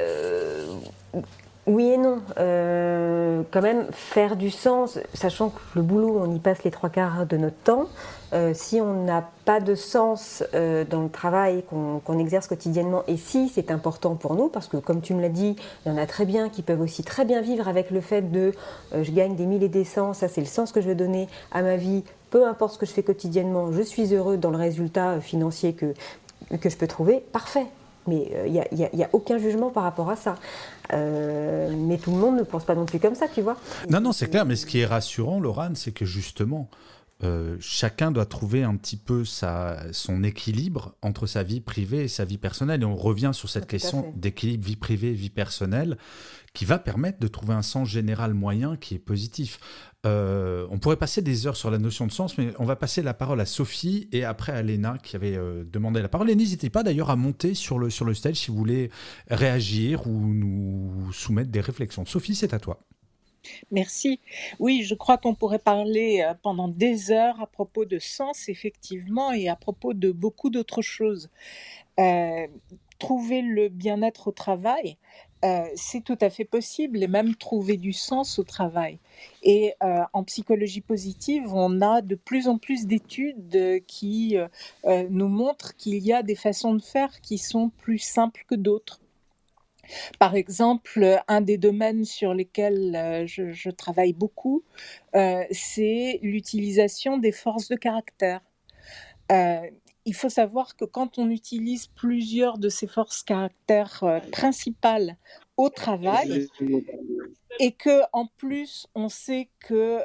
oui et non. Quand même, faire du sens, sachant que le boulot, on y passe les 3/4 de notre temps. Si on n'a pas de sens dans le travail qu'on exerce quotidiennement, et si c'est important pour nous, parce que comme tu me l'as dit, il y en a très bien qui peuvent aussi très bien vivre avec le fait de je gagne des 1000 et des cents, ça c'est le sens que je veux donner à ma vie, peu importe ce que je fais quotidiennement, je suis heureux dans le résultat financier que je peux trouver, parfait. Mais il n'y a aucun jugement par rapport à ça. Mais tout le monde ne pense pas non plus comme ça, tu vois. Non, c'est clair. Mais ce qui est rassurant, Laurent, c'est que justement, chacun doit trouver un petit peu son équilibre entre sa vie privée et sa vie personnelle. Et on revient sur cette question d'équilibre vie privée, vie personnelle, qui va permettre de trouver un sens général moyen qui est positif. On pourrait passer des heures sur la notion de sens, mais on va passer la parole à Sophie et après à Léna qui avait demandé la parole. Et n'hésitez pas d'ailleurs à monter sur le stage si vous voulez réagir ou nous soumettre des réflexions. Sophie, c'est à toi. Merci. Oui, je crois qu'on pourrait parler pendant des heures à propos de sens, effectivement, et à propos de beaucoup d'autres choses. Trouver le bien-être au travail, c'est tout à fait possible, et même trouver du sens au travail. Et en psychologie positive, on a de plus en plus d'études qui nous montrent qu'il y a des façons de faire qui sont plus simples que d'autres. Par exemple, un des domaines sur lesquels je travaille beaucoup, c'est l'utilisation des forces de caractère. il faut savoir que quand on utilise plusieurs de ces forces caractères principales au travail, et que en plus on sait que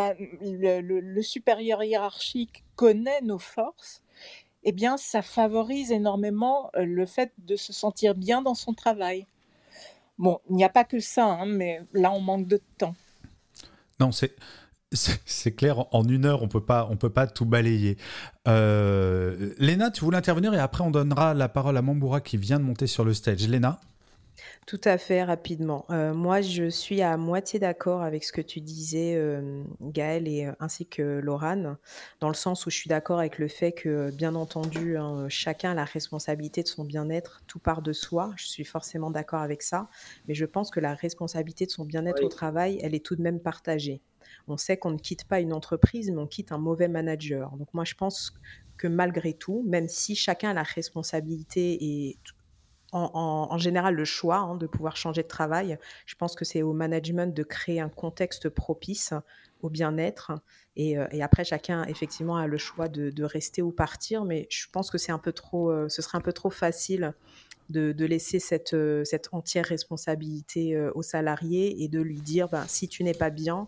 le supérieur hiérarchique connaît nos forces, eh bien ça favorise énormément le fait de se sentir bien dans son travail. Bon, il n'y a pas que ça, hein, mais là on manque de temps. Non, c'est clair, en 1 heure, on peut pas tout balayer. Léna, tu voulais intervenir et après on donnera la parole à Mamboura qui vient de monter sur le stage. Léna ? Tout à fait, rapidement. Moi, je suis à moitié d'accord avec ce que tu disais, Gaëlle, ainsi que Laurane, dans le sens où je suis d'accord avec le fait que, bien entendu, hein, chacun a la responsabilité de son bien-être, tout part de soi. Je suis forcément d'accord avec ça, mais je pense que la responsabilité de son bien-être au travail, elle est tout de même partagée. On sait qu'on ne quitte pas une entreprise, mais on quitte un mauvais manager. Donc moi, je pense que malgré tout, même si chacun a la responsabilité et en général le choix de pouvoir changer de travail, je pense que c'est au management de créer un contexte propice au bien-être. Et après, chacun, effectivement, a le choix de rester ou partir. Mais je pense que c'est un peu trop, ce serait un peu trop facile de laisser cette entière responsabilité aux salariés et de lui dire, si tu n'es pas bien,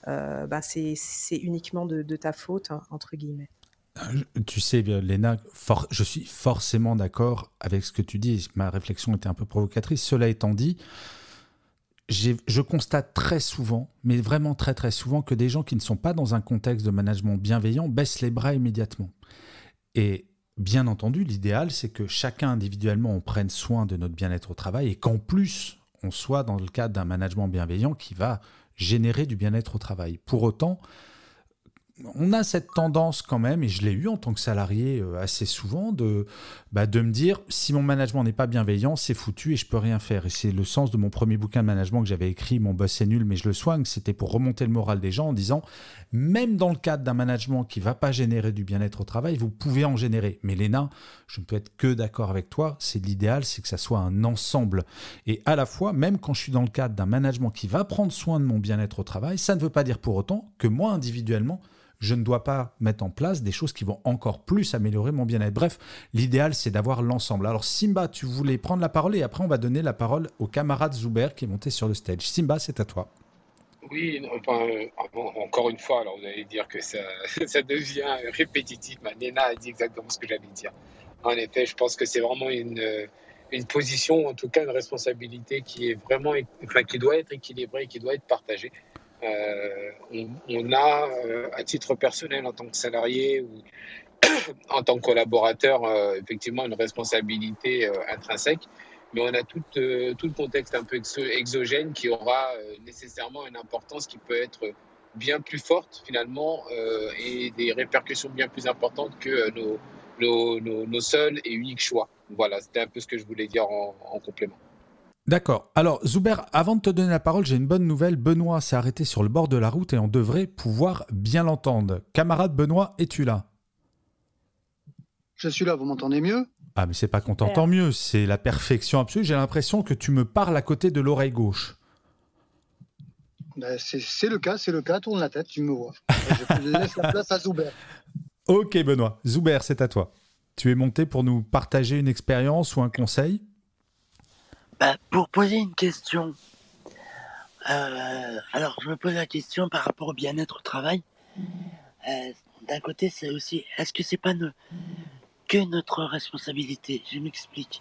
c'est uniquement de ta faute, entre guillemets. Tu sais, Léna, je suis forcément d'accord avec ce que tu dis. Ma réflexion était un peu provocatrice. Cela étant dit, je constate très souvent, mais vraiment très très souvent, que des gens qui ne sont pas dans un contexte de management bienveillant baissent les bras immédiatement. Et bien entendu, l'idéal, c'est que chacun individuellement, on prenne soin de notre bien-être au travail et qu'en plus, on soit dans le cadre d'un management bienveillant qui va générer du bien-être au travail. Pour autant, on a cette tendance quand même, et je l'ai eu en tant que salarié assez souvent, de me dire, si mon management n'est pas bienveillant, c'est foutu et je peux rien faire. Et c'est le sens de mon premier bouquin de management que j'avais écrit, Mon boss est nul mais je le soigne. C'était pour remonter le moral des gens en disant, même dans le cadre d'un management qui ne va pas générer du bien-être au travail, vous pouvez en générer. Mais Léna, je ne peux être que d'accord avec toi, c'est l'idéal, c'est que ça soit un ensemble. Et à la fois, même quand je suis dans le cadre d'un management qui va prendre soin de mon bien-être au travail, ça ne veut pas dire pour autant que moi, individuellement, je ne dois pas mettre en place des choses qui vont encore plus améliorer mon bien-être. Bref, l'idéal, c'est d'avoir l'ensemble. Alors Simba, tu voulais prendre la parole et après, on va donner la parole au camarade Zuber qui est monté sur le stage. Simba, c'est à toi. Oui, encore une fois, alors vous allez dire que ça devient répétitif. Néna a dit exactement ce que j'allais dire. En effet, je pense que c'est vraiment une position, en tout cas une responsabilité qui est vraiment, qui doit être équilibrée, qui doit être partagée. On a, à titre personnel, en tant que salarié ou en tant que collaborateur, effectivement une responsabilité intrinsèque, mais on a tout le contexte un peu exogène qui aura nécessairement une importance qui peut être bien plus forte finalement et des répercussions bien plus importantes que nos seuls et uniques choix. Voilà, c'était un peu ce que je voulais dire en complément. D'accord. Alors, Zuber, avant de te donner la parole, j'ai une bonne nouvelle. Benoît s'est arrêté sur le bord de la route et on devrait pouvoir bien l'entendre. Camarade Benoît, es-tu là ? Je suis là, vous m'entendez mieux ? Ah, mais c'est pas qu'on t'entend mieux, c'est la perfection absolue. J'ai l'impression que tu me parles à côté de l'oreille gauche. C'est le cas, tourne la tête, tu me vois. Je laisse la place à Zuber. Ok Benoît, Zuber, c'est à toi. Tu es monté pour nous partager une expérience ou un conseil ? Pour poser une question, alors je me pose la question par rapport au bien-être au travail. D'un côté, c'est aussi, est-ce que c'est pas que notre responsabilité ? Je m'explique.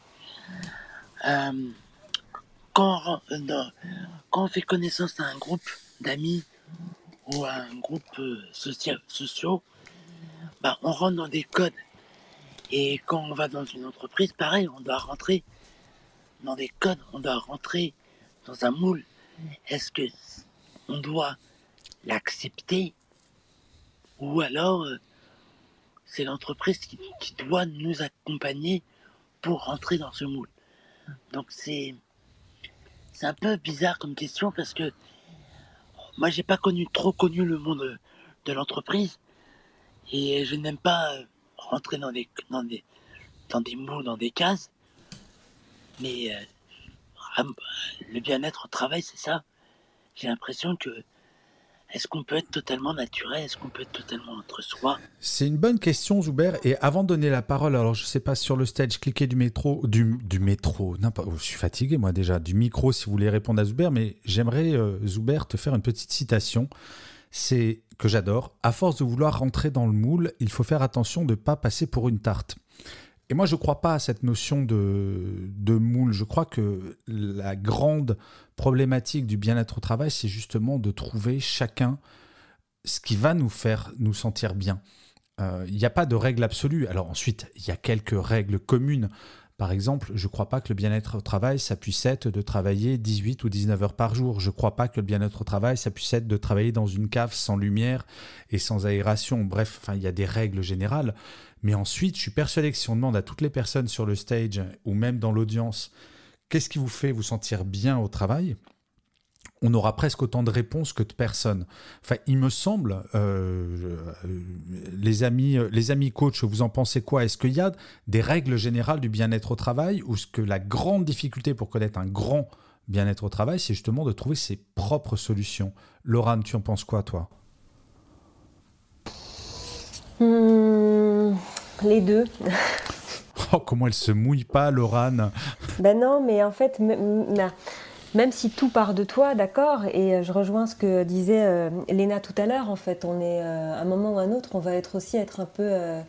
Quand on fait connaissance à un groupe d'amis ou à un groupe sociaux, on rentre dans des codes. Et quand on va dans une entreprise, pareil, on doit rentrer dans des codes, on doit rentrer dans un moule. Est-ce que on doit l'accepter ou alors c'est l'entreprise qui doit nous accompagner pour rentrer dans ce moule? Donc c'est un peu bizarre comme question parce que moi j'ai pas trop connu le monde de l'entreprise et je n'aime pas rentrer dans des moules, dans des cases, mais le bien-être au travail, c'est ça. J'ai l'impression que Est-ce qu'on peut être totalement naturel? Est-ce qu'on peut être totalement entre soi? C'est une bonne question, Zuber. Et avant de donner la parole, alors je sais pas, sur le stage, cliquez du métro, je suis fatigué moi déjà, du micro si vous voulez répondre à Zuber, mais j'aimerais, Zuber, te faire une petite citation. C'est que j'adore. À force de vouloir rentrer dans le moule, il faut faire attention de ne pas passer pour une tarte. Et moi, je ne crois pas à cette notion de moule. Je crois que la grande problématique du bien-être au travail, c'est justement de trouver chacun ce qui va nous faire nous sentir bien. Il n'y a pas de règle absolue. Alors ensuite, il y a quelques règles communes. Par exemple, je ne crois pas que le bien-être au travail, ça puisse être de travailler 18 ou 19 heures par jour. Je ne crois pas que le bien-être au travail, ça puisse être de travailler dans une cave sans lumière et sans aération. Bref, il y a des règles générales. Mais ensuite, je suis persuadé que si on demande à toutes les personnes sur le stage ou même dans l'audience, qu'est-ce qui vous fait vous sentir bien au travail ? On aura presque autant de réponses que de personnes. Enfin, il me semble, les amis coachs, vous en pensez quoi ? Est-ce qu'il y a des règles générales du bien-être au travail ou est-ce que la grande difficulté pour connaître un grand bien-être au travail, c'est justement de trouver ses propres solutions ? Laurane, tu en penses quoi, toi ? Les deux. Oh, comment elle se mouille pas, Laurane ? Ben non, mais en fait, même si tout part de toi, d'accord, et je rejoins ce que disait Léna tout à l'heure, en fait, on est, à un moment ou à un autre, on va être un peu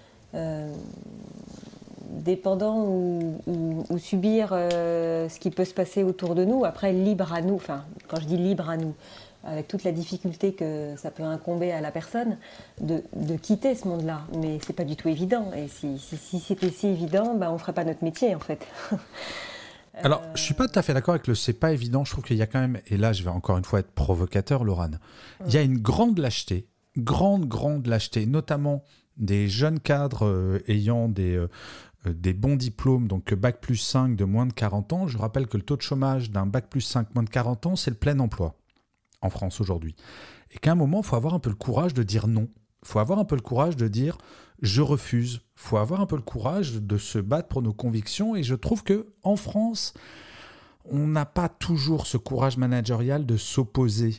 dépendant ou subir ce qui peut se passer autour de nous. Après, libre à nous, enfin, quand je dis libre à nous, avec toute la difficulté que ça peut incomber à la personne, de quitter ce monde-là. Mais c'est pas du tout évident. Et si c'était si évident, on ferait pas notre métier, en fait. Alors, je suis pas tout à fait d'accord avec le c'est pas évident. Je trouve qu'il y a quand même, et là je vais encore une fois être provocateur, Laurane, il y a une grande lâcheté, grande lâcheté, notamment des jeunes cadres ayant des bons diplômes, donc Bac plus 5 de moins de 40 ans. Je rappelle que le taux de chômage d'un Bac plus 5 moins de 40 ans, c'est le plein emploi en France aujourd'hui. Et qu'à un moment, il faut avoir un peu le courage de dire non. Il faut avoir un peu le courage de dire « je refuse ». Il faut avoir un peu le courage de se battre pour nos convictions. Et je trouve qu'en France, on n'a pas toujours ce courage managérial de s'opposer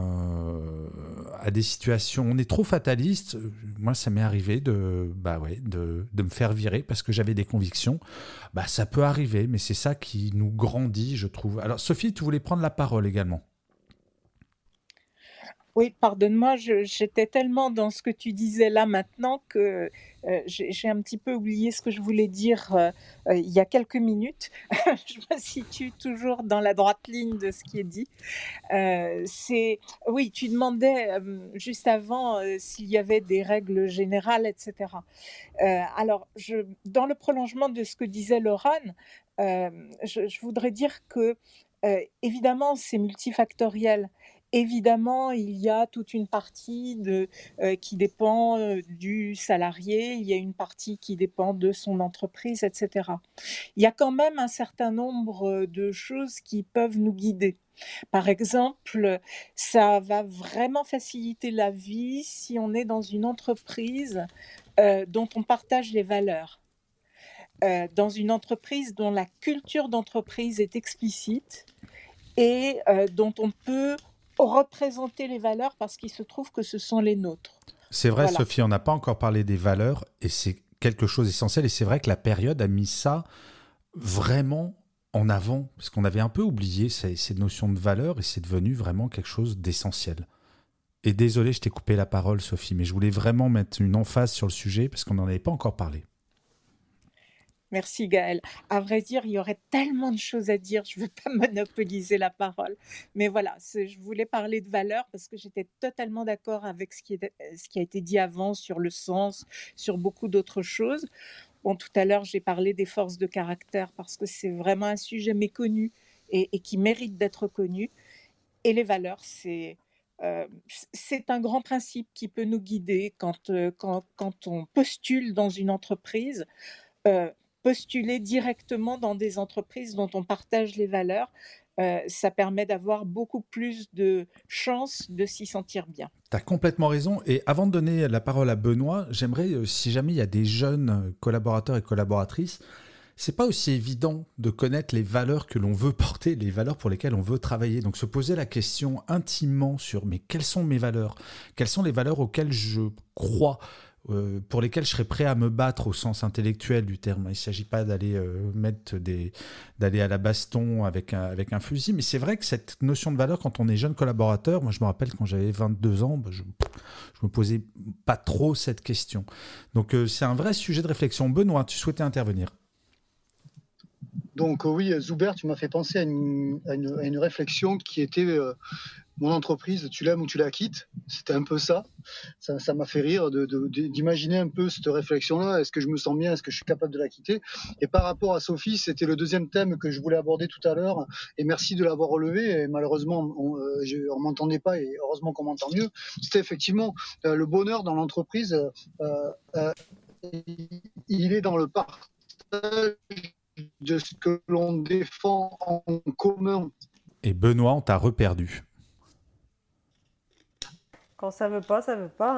à des situations. On est trop fataliste. Moi, ça m'est arrivé de me faire virer parce que j'avais des convictions. Ça peut arriver, mais c'est ça qui nous grandit, je trouve. Alors, Sophie, tu voulais prendre la parole également. Oui, pardonne-moi, j'étais tellement dans ce que tu disais là maintenant que j'ai un petit peu oublié ce que je voulais dire il y a quelques minutes. Je me situe toujours dans la droite ligne de ce qui est dit. Oui, tu demandais juste avant s'il y avait des règles générales, etc. Alors, dans le prolongement de ce que disait Laurane, je voudrais dire que, évidemment, c'est multifactoriel. Évidemment, il y a toute une partie qui dépend du salarié, il y a une partie qui dépend de son entreprise, etc. Il y a quand même un certain nombre de choses qui peuvent nous guider. Par exemple, ça va vraiment faciliter la vie si on est dans une entreprise dont on partage les valeurs. Dans une entreprise dont la culture d'entreprise est explicite et dont on peut représenter les valeurs parce qu'il se trouve que ce sont les nôtres. C'est vrai, voilà. Sophie, on n'a pas encore parlé des valeurs et c'est quelque chose d'essentiel et c'est vrai que la période a mis ça vraiment en avant parce qu'on avait un peu oublié ces notions de valeurs et c'est devenu vraiment quelque chose d'essentiel. Et désolé, je t'ai coupé la parole, Sophie, mais je voulais vraiment mettre une emphase sur le sujet parce qu'on n'en avait pas encore parlé. Merci Gaëlle. À vrai dire, il y aurait tellement de choses à dire, je ne veux pas monopoliser la parole. Mais voilà, je voulais parler de valeurs parce que j'étais totalement d'accord avec ce qui a été dit avant sur le sens, sur beaucoup d'autres choses. Bon, tout à l'heure, j'ai parlé des forces de caractère parce que c'est vraiment un sujet méconnu et qui mérite d'être connu. Et les valeurs, c'est un grand principe qui peut nous guider quand on postule dans une entreprise. Postuler directement dans des entreprises dont on partage les valeurs, ça permet d'avoir beaucoup plus de chances de s'y sentir bien. Tu as complètement raison. Et avant de donner la parole à Benoît, j'aimerais, si jamais il y a des jeunes collaborateurs et collaboratrices c'est pas aussi évident de connaître les valeurs que l'on veut porter, les valeurs pour lesquelles on veut travailler. Donc se poser la question intimement sur mais quelles sont mes valeurs ? Quelles sont les valeurs auxquelles je crois ? Pour lesquels je serais prêt à me battre au sens intellectuel du terme. Il ne s'agit pas d'aller d'aller à la baston avec un fusil, mais c'est vrai que cette notion de valeur, quand on est jeune collaborateur, moi je me rappelle quand j'avais 22 ans, je me posais pas trop cette question. Donc c'est un vrai sujet de réflexion. Benoît, tu souhaitais intervenir ? Donc oui, Zuber, tu m'as fait penser à une réflexion qui était mon entreprise, tu l'aimes ou tu la quittes. C'était un peu ça. Ça m'a fait rire d'imaginer un peu cette réflexion-là. Est-ce que je me sens bien ? Est-ce que je suis capable de la quitter ? Et par rapport à Sophie, c'était le deuxième thème que je voulais aborder tout à l'heure. Et merci de l'avoir relevé. Et malheureusement, on ne m'entendait pas et heureusement qu'on m'entend mieux. C'était effectivement le bonheur dans l'entreprise. Il est dans le partage de ce que l'on défend en commun. Et Benoît, on t'a reperdu. Quand ça veut pas,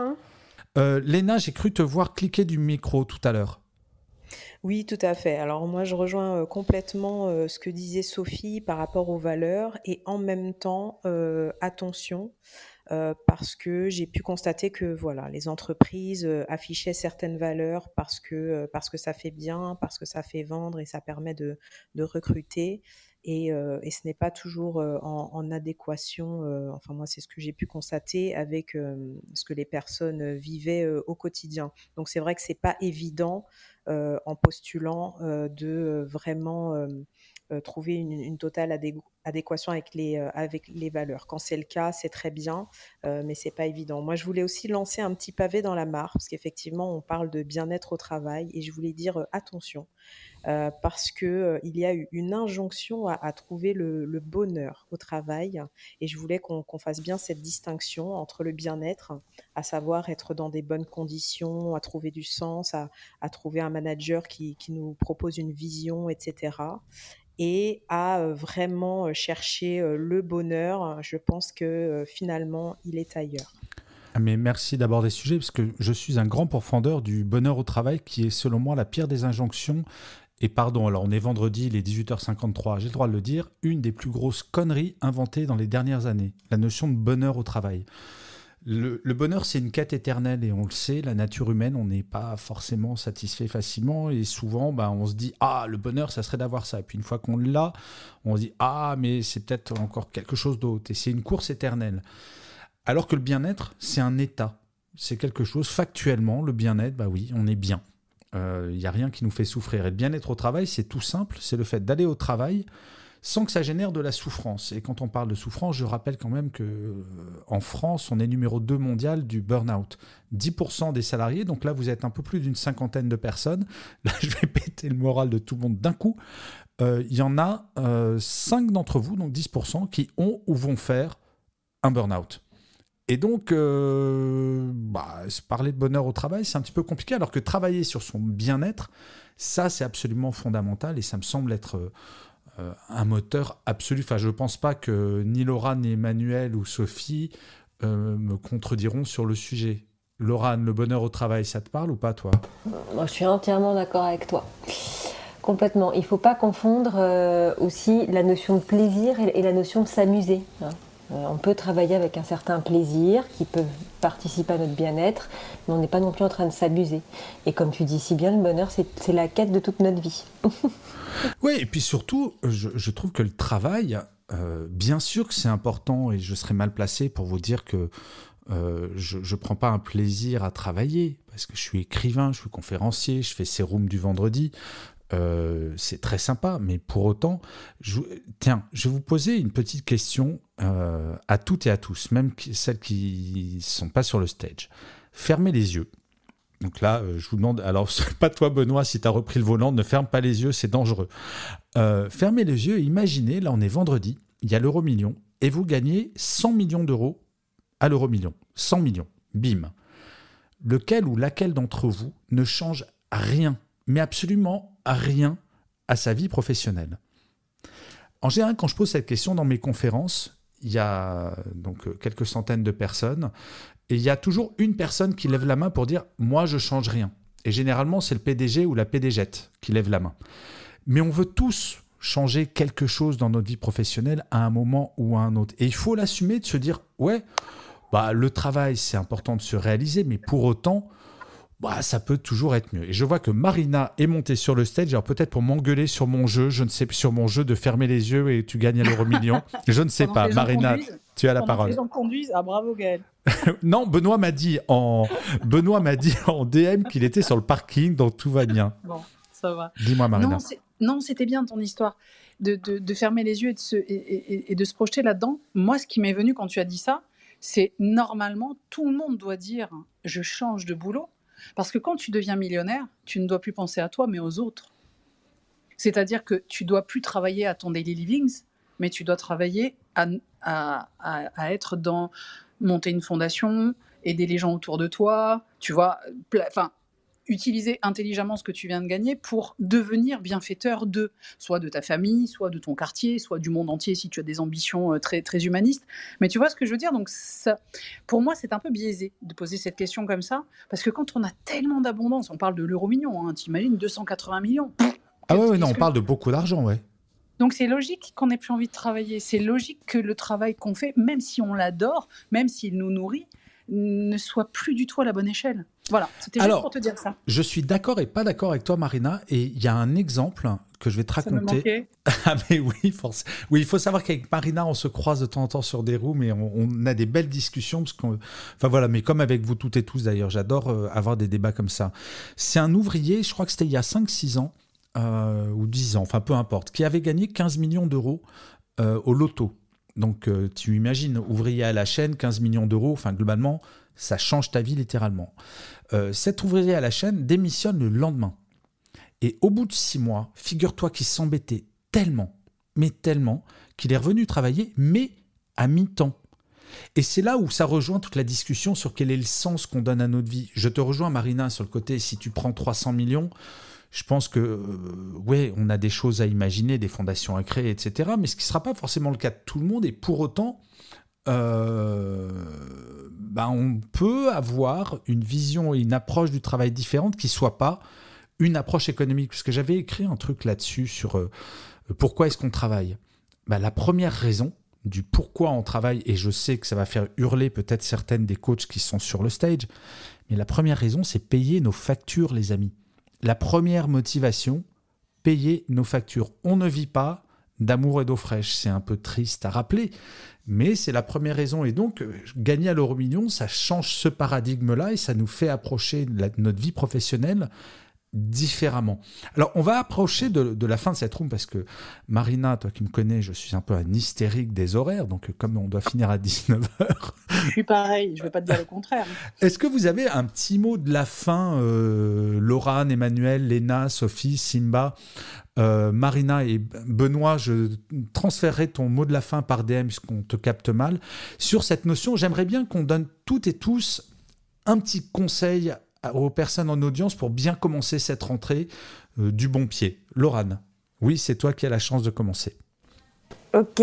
hein. Léna, j'ai cru te voir cliquer du micro tout à l'heure. Oui, tout à fait. Alors moi, je rejoins complètement ce que disait Sophie par rapport aux valeurs et en même temps, attention, parce que j'ai pu constater que voilà, les entreprises affichaient certaines valeurs parce que ça fait bien, parce que ça fait vendre et ça permet de recruter. Et ce n'est pas toujours en adéquation, enfin moi c'est ce que j'ai pu constater avec ce que les personnes vivaient au quotidien. Donc c'est vrai que c'est pas évident en postulant de vraiment trouver une totale adéquation avec les valeurs. Quand c'est le cas, c'est très bien, mais c'est pas évident. Moi, je voulais aussi lancer un petit pavé dans la mare, parce qu'effectivement, on parle de bien-être au travail, et je voulais dire attention, parce qu'il y a eu une injonction à trouver le bonheur au travail, et je voulais qu'on fasse bien cette distinction entre le bien-être, à savoir être dans des bonnes conditions, à trouver du sens, à trouver un manager qui nous propose une vision, etc., et à vraiment chercher le bonheur. Je pense que finalement, il est ailleurs. Mais merci d'aborder ce sujet, parce que je suis un grand pourfendeur du bonheur au travail, qui est selon moi la pire des injonctions. Et pardon, alors on est vendredi, il est 18h53, j'ai le droit de le dire, une des plus grosses conneries inventées dans les dernières années, la notion de bonheur au travail. Le bonheur, c'est une quête éternelle et on le sait, la nature humaine, on n'est pas forcément satisfait facilement et souvent, on se dit « Ah, le bonheur, ça serait d'avoir ça ». Et puis une fois qu'on l'a, on se dit « Ah, mais c'est peut-être encore quelque chose d'autre ». Et c'est une course éternelle. Alors que le bien-être, c'est un état. C'est quelque chose, factuellement, le bien-être, oui, on est bien. Il n'y a rien qui nous fait souffrir. Et le bien-être au travail, c'est tout simple, c'est le fait d'aller au travail sans que ça génère de la souffrance. Et quand on parle de souffrance, je rappelle quand même qu'en France, on est numéro 2 mondial du burn-out. 10% des salariés, donc là vous êtes un peu plus d'une 50aine de personnes, là je vais péter le moral de tout le monde d'un coup, il y en a 5 d'entre vous, donc 10%, qui ont ou vont faire un burn-out. Et donc, parler de bonheur au travail, c'est un petit peu compliqué, alors que travailler sur son bien-être, ça c'est absolument fondamental et ça me semble être un moteur absolu. Enfin, je ne pense pas que ni Laura, ni Emmanuel ou Sophie me contrediront sur le sujet. Laura, le bonheur au travail, ça te parle ou pas, toi ? Moi, je suis entièrement d'accord avec toi. Complètement. Il ne faut pas confondre aussi la notion de plaisir et la notion de s'amuser. On peut travailler avec un certain plaisir qui peut participer à notre bien-être, mais on n'est pas non plus en train de s'abuser. Et comme tu dis si bien, le bonheur, c'est la quête de toute notre vie. Oui, et puis surtout, je trouve que le travail, bien sûr que c'est important, et je serais mal placé pour vous dire que je ne prends pas un plaisir à travailler, parce que je suis écrivain, je suis conférencier, je fais Serum du vendredi. C'est très sympa, mais pour autant, je vais vous poser une petite question à toutes et à tous, même celles qui ne sont pas sur le stage. Fermez les yeux. Donc là, je vous demande, alors pas toi Benoît, si tu as repris le volant, ne ferme pas les yeux, c'est dangereux. Fermez les yeux et imaginez, là on est vendredi, il y a l'euro-million, et vous gagnez 100 millions d'euros à l'euro-million. 100 millions, bim. Lequel ou laquelle d'entre vous ne change rien, mais absolument rien à sa vie professionnelle? En général, quand je pose cette question dans mes conférences, il y a donc quelques centaines de personnes, et il y a toujours une personne qui lève la main pour dire « moi, je change rien ». Et généralement, c'est le PDG ou la PDGette qui lève la main. Mais on veut tous changer quelque chose dans notre vie professionnelle à un moment ou à un autre. Et il faut l'assumer, de se dire, ouais, le travail, c'est important de se réaliser, mais pour autant, ça peut toujours être mieux. Et je vois que Marina est montée sur le stage, alors peut-être pour m'engueuler sur mon jeu, je ne sais, sur mon jeu de fermer les yeux et tu gagnes à l'euro million. Je ne sais pas. Marina, tu as la parole. Les gens conduisent, bravo Gaël. Non, Benoît m'a dit en DM qu'il était sur le parking, donc tout va bien. Bon, ça va. Dis-moi, Marina. Non, c'était bien ton histoire de fermer les yeux et de se projeter là-dedans. Moi, ce qui m'est venu quand tu as dit ça, c'est normalement, tout le monde doit dire « je change de boulot ». Parce que quand tu deviens millionnaire, tu ne dois plus penser à toi, mais aux autres. C'est-à-dire que tu ne dois plus travailler à ton daily livings, mais tu dois travailler à être dans monter une fondation, aider les gens autour de toi, tu vois, utiliser intelligemment ce que tu viens de gagner pour devenir bienfaiteur soit de ta famille, soit de ton quartier, soit du monde entier si tu as des ambitions très, très humanistes. Mais tu vois ce que je veux dire ? Donc ça, pour moi, c'est un peu biaisé de poser cette question comme ça, parce que quand on a tellement d'abondance, on parle de l'euro million, t'imagines 280 millions. On parle de beaucoup d'argent, ouais. Donc c'est logique qu'on n'ait plus envie de travailler. C'est logique que le travail qu'on fait, même si on l'adore, même s'il nous nourrit, ne soit plus du tout à la bonne échelle. Voilà, c'était juste pour te dire ça. Je suis d'accord et pas d'accord avec toi, Marina, et il y a un exemple que je vais te raconter. Ça me manquait. Mais oui, oui, il faut savoir qu'avec Marina, on se croise de temps en temps sur des roues, mais on a des belles discussions, mais comme avec vous toutes et tous d'ailleurs, j'adore avoir des débats comme ça. C'est un ouvrier, je crois que c'était il y a 5-6 ans, ou 10 ans, peu importe, qui avait gagné 15 millions d'euros au loto. Donc, tu imagines, ouvrier à la chaîne, 15 millions d'euros, globalement, ça change ta vie littéralement. Cet ouvrier à la chaîne démissionne le lendemain. Et au bout de 6 mois, figure-toi qu'il s'embêtait tellement, qu'il est revenu travailler, mais à mi-temps. Et c'est là où ça rejoint toute la discussion sur quel est le sens qu'on donne à notre vie. Je te rejoins, Marina, sur le côté, si tu prends 300 millions... Je pense que, on a des choses à imaginer, des fondations à créer, etc. Mais ce qui ne sera pas forcément le cas de tout le monde. Et pour autant, on peut avoir une vision et une approche du travail différente qui ne soit pas une approche économique. Parce que j'avais écrit un truc là-dessus sur pourquoi est-ce qu'on travaille. La première raison du pourquoi on travaille, et je sais que ça va faire hurler peut-être certaines des coachs qui sont sur le stage, mais la première raison, c'est payer nos factures, les amis. La première motivation, payer nos factures. On ne vit pas d'amour et d'eau fraîche. C'est un peu triste à rappeler, mais c'est la première raison. Et donc, gagner à l'euro million, ça change ce paradigme-là et ça nous fait approcher notre vie professionnelle différemment. Alors, on va approcher de la fin de cette room parce que Marina, toi qui me connais, je suis un peu un hystérique des horaires, donc comme on doit finir à 19h... Je suis pareil, je ne vais pas te dire le contraire. Est-ce que vous avez un petit mot de la fin, Laurane, Emmanuel, Léna, Sophie, Simba, Marina et Benoît, je transférerai ton mot de la fin par DM puisqu'on te capte mal. Sur cette notion, j'aimerais bien qu'on donne toutes et tous un petit conseil aux personnes en audience pour bien commencer cette rentrée du bon pied. Laurane, oui, c'est toi qui as la chance de commencer. Ok,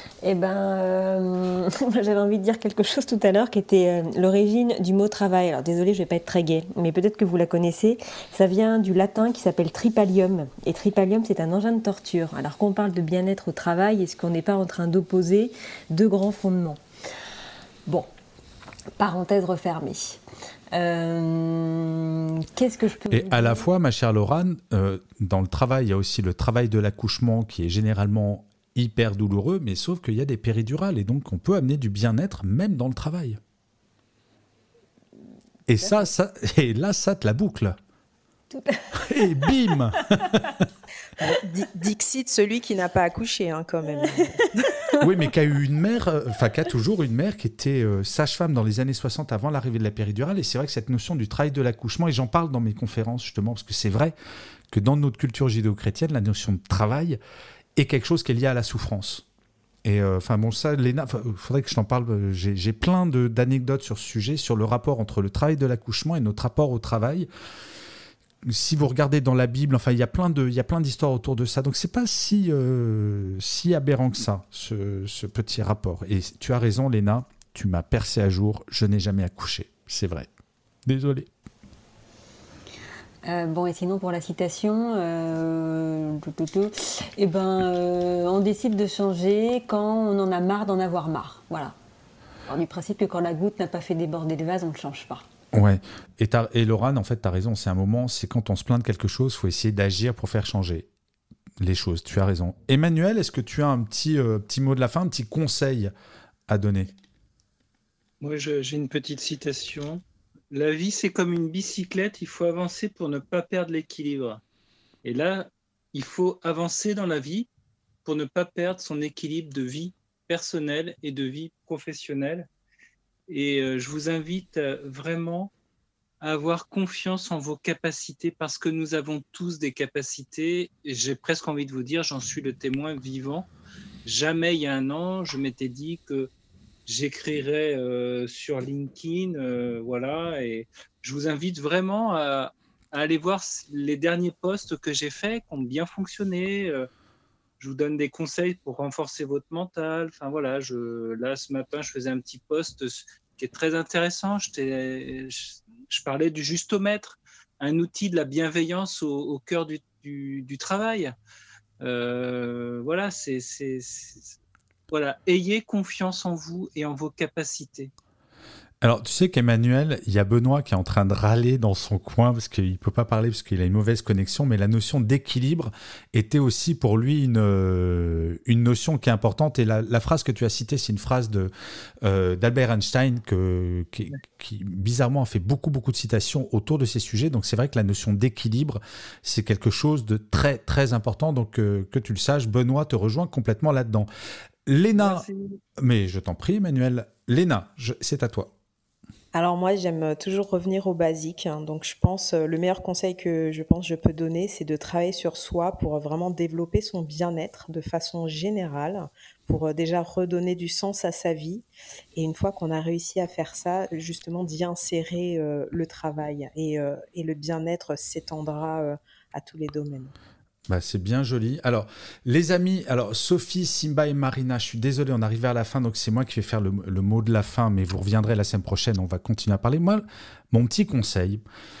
j'avais envie de dire quelque chose tout à l'heure qui était l'origine du mot travail. Alors désolée, je vais pas être très gaie, mais peut-être que vous la connaissez. Ça vient du latin qui s'appelle tripalium. Et tripalium, c'est un engin de torture. Alors qu'on parle de bien-être au travail, est-ce qu'on n'est pas en train d'opposer deux grands fondements ? Bon, parenthèse refermée. Qu'est-ce que je peux Et à la fois, ma chère Laurane, dans le travail, il y a aussi le travail de l'accouchement qui est généralement hyper douloureux, mais sauf qu'il y a des péridurales et donc on peut amener du bien-être même dans le travail. Et et là, ça te la boucle. Et bim. Dixit, celui qui n'a pas accouché, quand même. Oui, mais qui a eu une mère, qui a toujours une mère qui était sage-femme dans les années 60 avant l'arrivée de la péridurale. Et c'est vrai que cette notion du travail de l'accouchement, et j'en parle dans mes conférences justement, parce que c'est vrai que dans notre culture judéo-chrétienne, la notion de travail est quelque chose qui est lié à la souffrance. Et ça, Léna, il faudrait que je t'en parle. J'ai plein d'anecdotes sur ce sujet, sur le rapport entre le travail de l'accouchement et notre rapport au travail. Si vous regardez dans la Bible, il y a plein d'histoires autour de ça. Donc, c'est pas si aberrant que ça, ce petit rapport. Et tu as raison, Léna, tu m'as percé à jour. Je n'ai jamais accouché. C'est vrai. Désolé. Et sinon pour la citation, on décide de changer quand on en a marre d'en avoir marre. Voilà. Alors du principe que quand la goutte n'a pas fait déborder le vase, on ne le change pas. Ouais. Et Laurent, en fait, tu as raison. C'est un moment, c'est quand on se plaint de quelque chose, il faut essayer d'agir pour faire changer les choses. Tu as raison. Emmanuel, est-ce que tu as un petit mot de la fin, un petit conseil à donner ? Moi, j'ai une petite citation. La vie, c'est comme une bicyclette, il faut avancer pour ne pas perdre l'équilibre. Et là, il faut avancer dans la vie pour ne pas perdre son équilibre de vie personnelle et de vie professionnelle. Et je vous invite vraiment à avoir confiance en vos capacités parce que nous avons tous des capacités. Et j'ai presque envie de vous dire, j'en suis le témoin vivant. Jamais il y a un an, je m'étais dit que j'écrirais sur LinkedIn, et je vous invite vraiment à aller voir les derniers posts que j'ai faits, qui ont bien fonctionné. Je vous donne des conseils pour renforcer votre mental. Enfin voilà, là ce matin, je faisais un petit post qui est très intéressant. Je parlais du justomètre, un outil de la bienveillance au cœur du travail. Ayez confiance en vous et en vos capacités. Alors, tu sais qu'Emmanuel, il y a Benoît qui est en train de râler dans son coin parce qu'il ne peut pas parler parce qu'il a une mauvaise connexion, mais la notion d'équilibre était aussi pour lui une notion qui est importante. Et la phrase que tu as citée, c'est une phrase d'Albert Einstein qui bizarrement a fait beaucoup de citations autour de ces sujets. Donc, c'est vrai que la notion d'équilibre, c'est quelque chose de très, très important. Donc, que tu le saches, Benoît te rejoint complètement là-dedans. Léna, mais je t'en prie, Emmanuel. Léna, c'est à toi. Alors moi, j'aime toujours revenir au basique. Donc je pense, le meilleur conseil que je peux donner, c'est de travailler sur soi pour vraiment développer son bien-être de façon générale, pour déjà redonner du sens à sa vie. Et une fois qu'on a réussi à faire ça, justement d'y insérer le travail. Et le bien-être s'étendra à tous les domaines. C'est bien joli. Alors, les amis, Sophie, Simba et Marina, je suis désolé, on arrive vers la fin, donc c'est moi qui vais faire le mot de la fin, mais vous reviendrez la semaine prochaine, on va continuer à parler. Moi, mon petit conseil,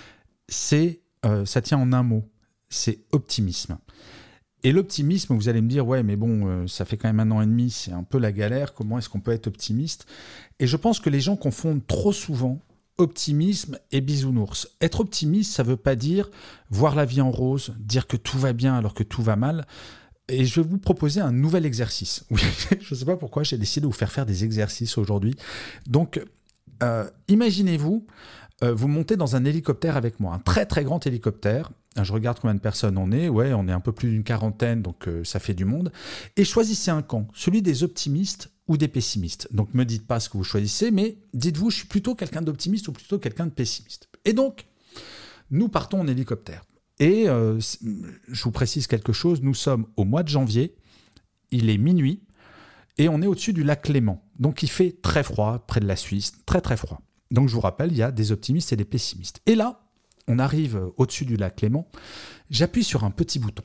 ça tient en un mot, c'est optimisme. Et l'optimisme, vous allez me dire, ouais, mais bon, ça fait quand même 1 an et demi, c'est un peu la galère, comment est-ce qu'on peut être optimiste ? Et je pense que les gens confondent trop souvent optimisme et bisounours. Être optimiste, ça ne veut pas dire voir la vie en rose, dire que tout va bien alors que tout va mal. Et je vais vous proposer un nouvel exercice. Oui, je ne sais pas pourquoi j'ai décidé de vous faire des exercices aujourd'hui. Donc, imaginez-vous, vous montez dans un hélicoptère avec moi, un très très grand hélicoptère. Je regarde combien de personnes on est. Ouais, on est un peu plus d'une 40aine, donc ça fait du monde. Et choisissez un camp, celui des optimistes ou des pessimistes. Donc, ne me dites pas ce que vous choisissez, mais dites-vous, je suis plutôt quelqu'un d'optimiste ou plutôt quelqu'un de pessimiste. Et donc, nous partons en hélicoptère. Et je vous précise quelque chose, nous sommes au mois de janvier, il est minuit, et on est au-dessus du lac Léman. Donc, il fait très froid, près de la Suisse, très très froid. Donc, je vous rappelle, il y a des optimistes et des pessimistes. Et là, on arrive au-dessus du lac Léman, j'appuie sur un petit bouton.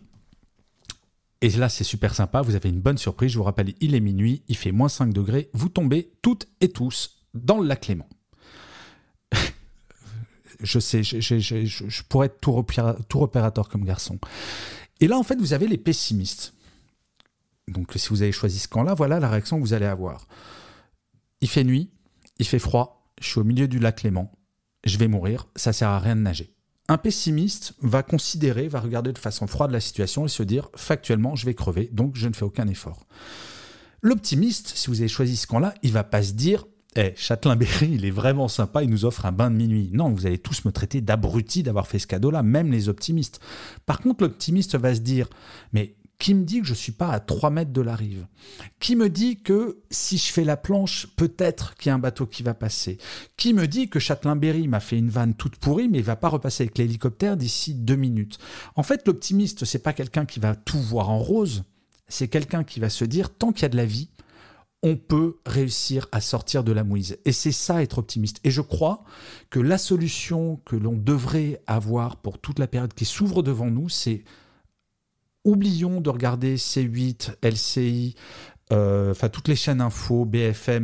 Et là, c'est super sympa, vous avez une bonne surprise. Je vous rappelle, il est minuit, il fait moins 5 degrés. Vous tombez toutes et tous dans le lac Léman. Je sais, je pourrais être tour opérateur comme garçon. Et là, en fait, vous avez les pessimistes. Donc, si vous avez choisi ce camp-là, voilà la réaction que vous allez avoir. Il fait nuit, il fait froid, je suis au milieu du lac Léman, je vais mourir, ça ne sert à rien de nager. Un pessimiste va regarder de façon froide la situation et se dire factuellement, je vais crever, donc je ne fais aucun effort. L'optimiste, si vous avez choisi ce camp-là, il ne va pas se dire Châtelain-Berry, il est vraiment sympa, il nous offre un bain de minuit. Non, vous allez tous me traiter d'abruti d'avoir fait ce cadeau-là, même les optimistes. Par contre, l'optimiste va se dire mais qui me dit que je ne suis pas à 3 mètres de la rive ? Qui me dit que si je fais la planche, peut-être qu'il y a un bateau qui va passer ? Qui me dit que Châtelain-Berry m'a fait une vanne toute pourrie, mais il ne va pas repasser avec l'hélicoptère d'ici 2 minutes ? En fait, l'optimiste, ce n'est pas quelqu'un qui va tout voir en rose, c'est quelqu'un qui va se dire, tant qu'il y a de la vie, on peut réussir à sortir de la mouise. Et c'est ça, être optimiste. Et je crois que la solution que l'on devrait avoir pour toute la période qui s'ouvre devant nous, c'est oublions de regarder C8, LCI, toutes les chaînes info, BFM,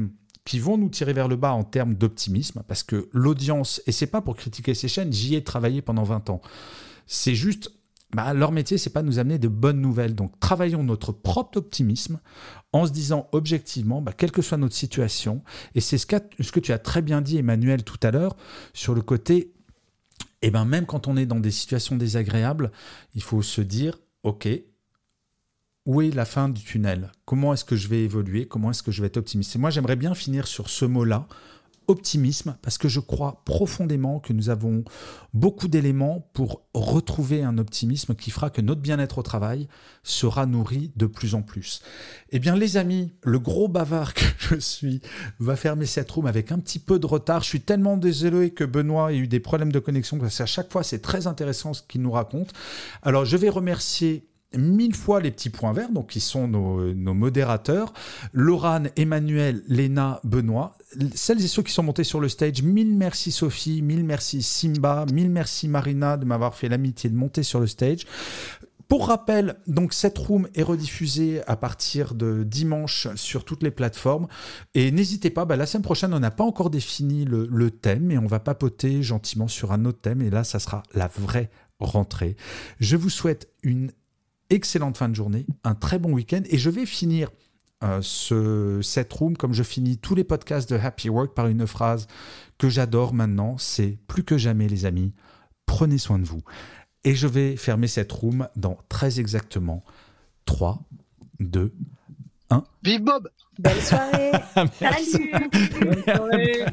qui vont nous tirer vers le bas en termes d'optimisme, parce que l'audience, et c'est pas pour critiquer ces chaînes, j'y ai travaillé pendant 20 ans. C'est juste, leur métier, c'est pas de nous amener de bonnes nouvelles. Donc, travaillons notre propre optimisme en se disant objectivement, quelle que soit notre situation, et c'est ce que tu as très bien dit, Emmanuel, tout à l'heure, sur le côté, même quand on est dans des situations désagréables, il faut se dire, ok, où est la fin du tunnel ? Comment est-ce que je vais évoluer ? Comment est-ce que je vais être optimiste ? Et moi, j'aimerais bien finir sur ce mot-là, optimisme, parce que je crois profondément que nous avons beaucoup d'éléments pour retrouver un optimisme qui fera que notre bien-être au travail sera nourri de plus en plus. Eh bien, les amis, le gros bavard que je suis va fermer cette room avec un petit peu de retard. Je suis tellement désolé que Benoît ait eu des problèmes de connexion, parce qu'à chaque fois, c'est très intéressant ce qu'il nous raconte. Alors, je vais remercier 1000 fois les petits points verts, donc qui sont nos modérateurs, Laurane, Emmanuel, Léna, Benoît, celles et ceux qui sont montés sur le stage, 1000 merci Sophie, 1000 merci Simba, 1000 merci Marina de m'avoir fait l'amitié de monter sur le stage. Pour rappel, donc cette room est rediffusée à partir de dimanche sur toutes les plateformes. Et n'hésitez pas, la semaine prochaine, on n'a pas encore défini le thème, mais on va papoter gentiment sur un autre thème. Et là, ça sera la vraie rentrée. Je vous souhaite une excellente fin de journée, un très bon week-end. Et je vais finir cette room, comme je finis tous les podcasts de Happy Work, par une phrase que j'adore maintenant. C'est plus que jamais, les amis, prenez soin de vous. Et je vais fermer cette room dans très exactement 3, 2, 1. Vive Bob! Belle soirée! Salut! Bonne soirée!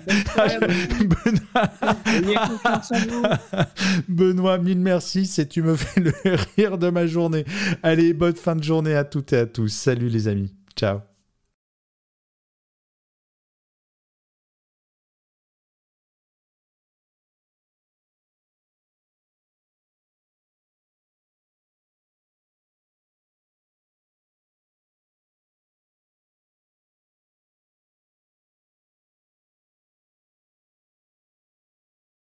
Benoît, 1000 merci, tu me fais le rire de ma journée. Allez, bonne fin de journée à toutes et à tous. Salut les amis. Ciao.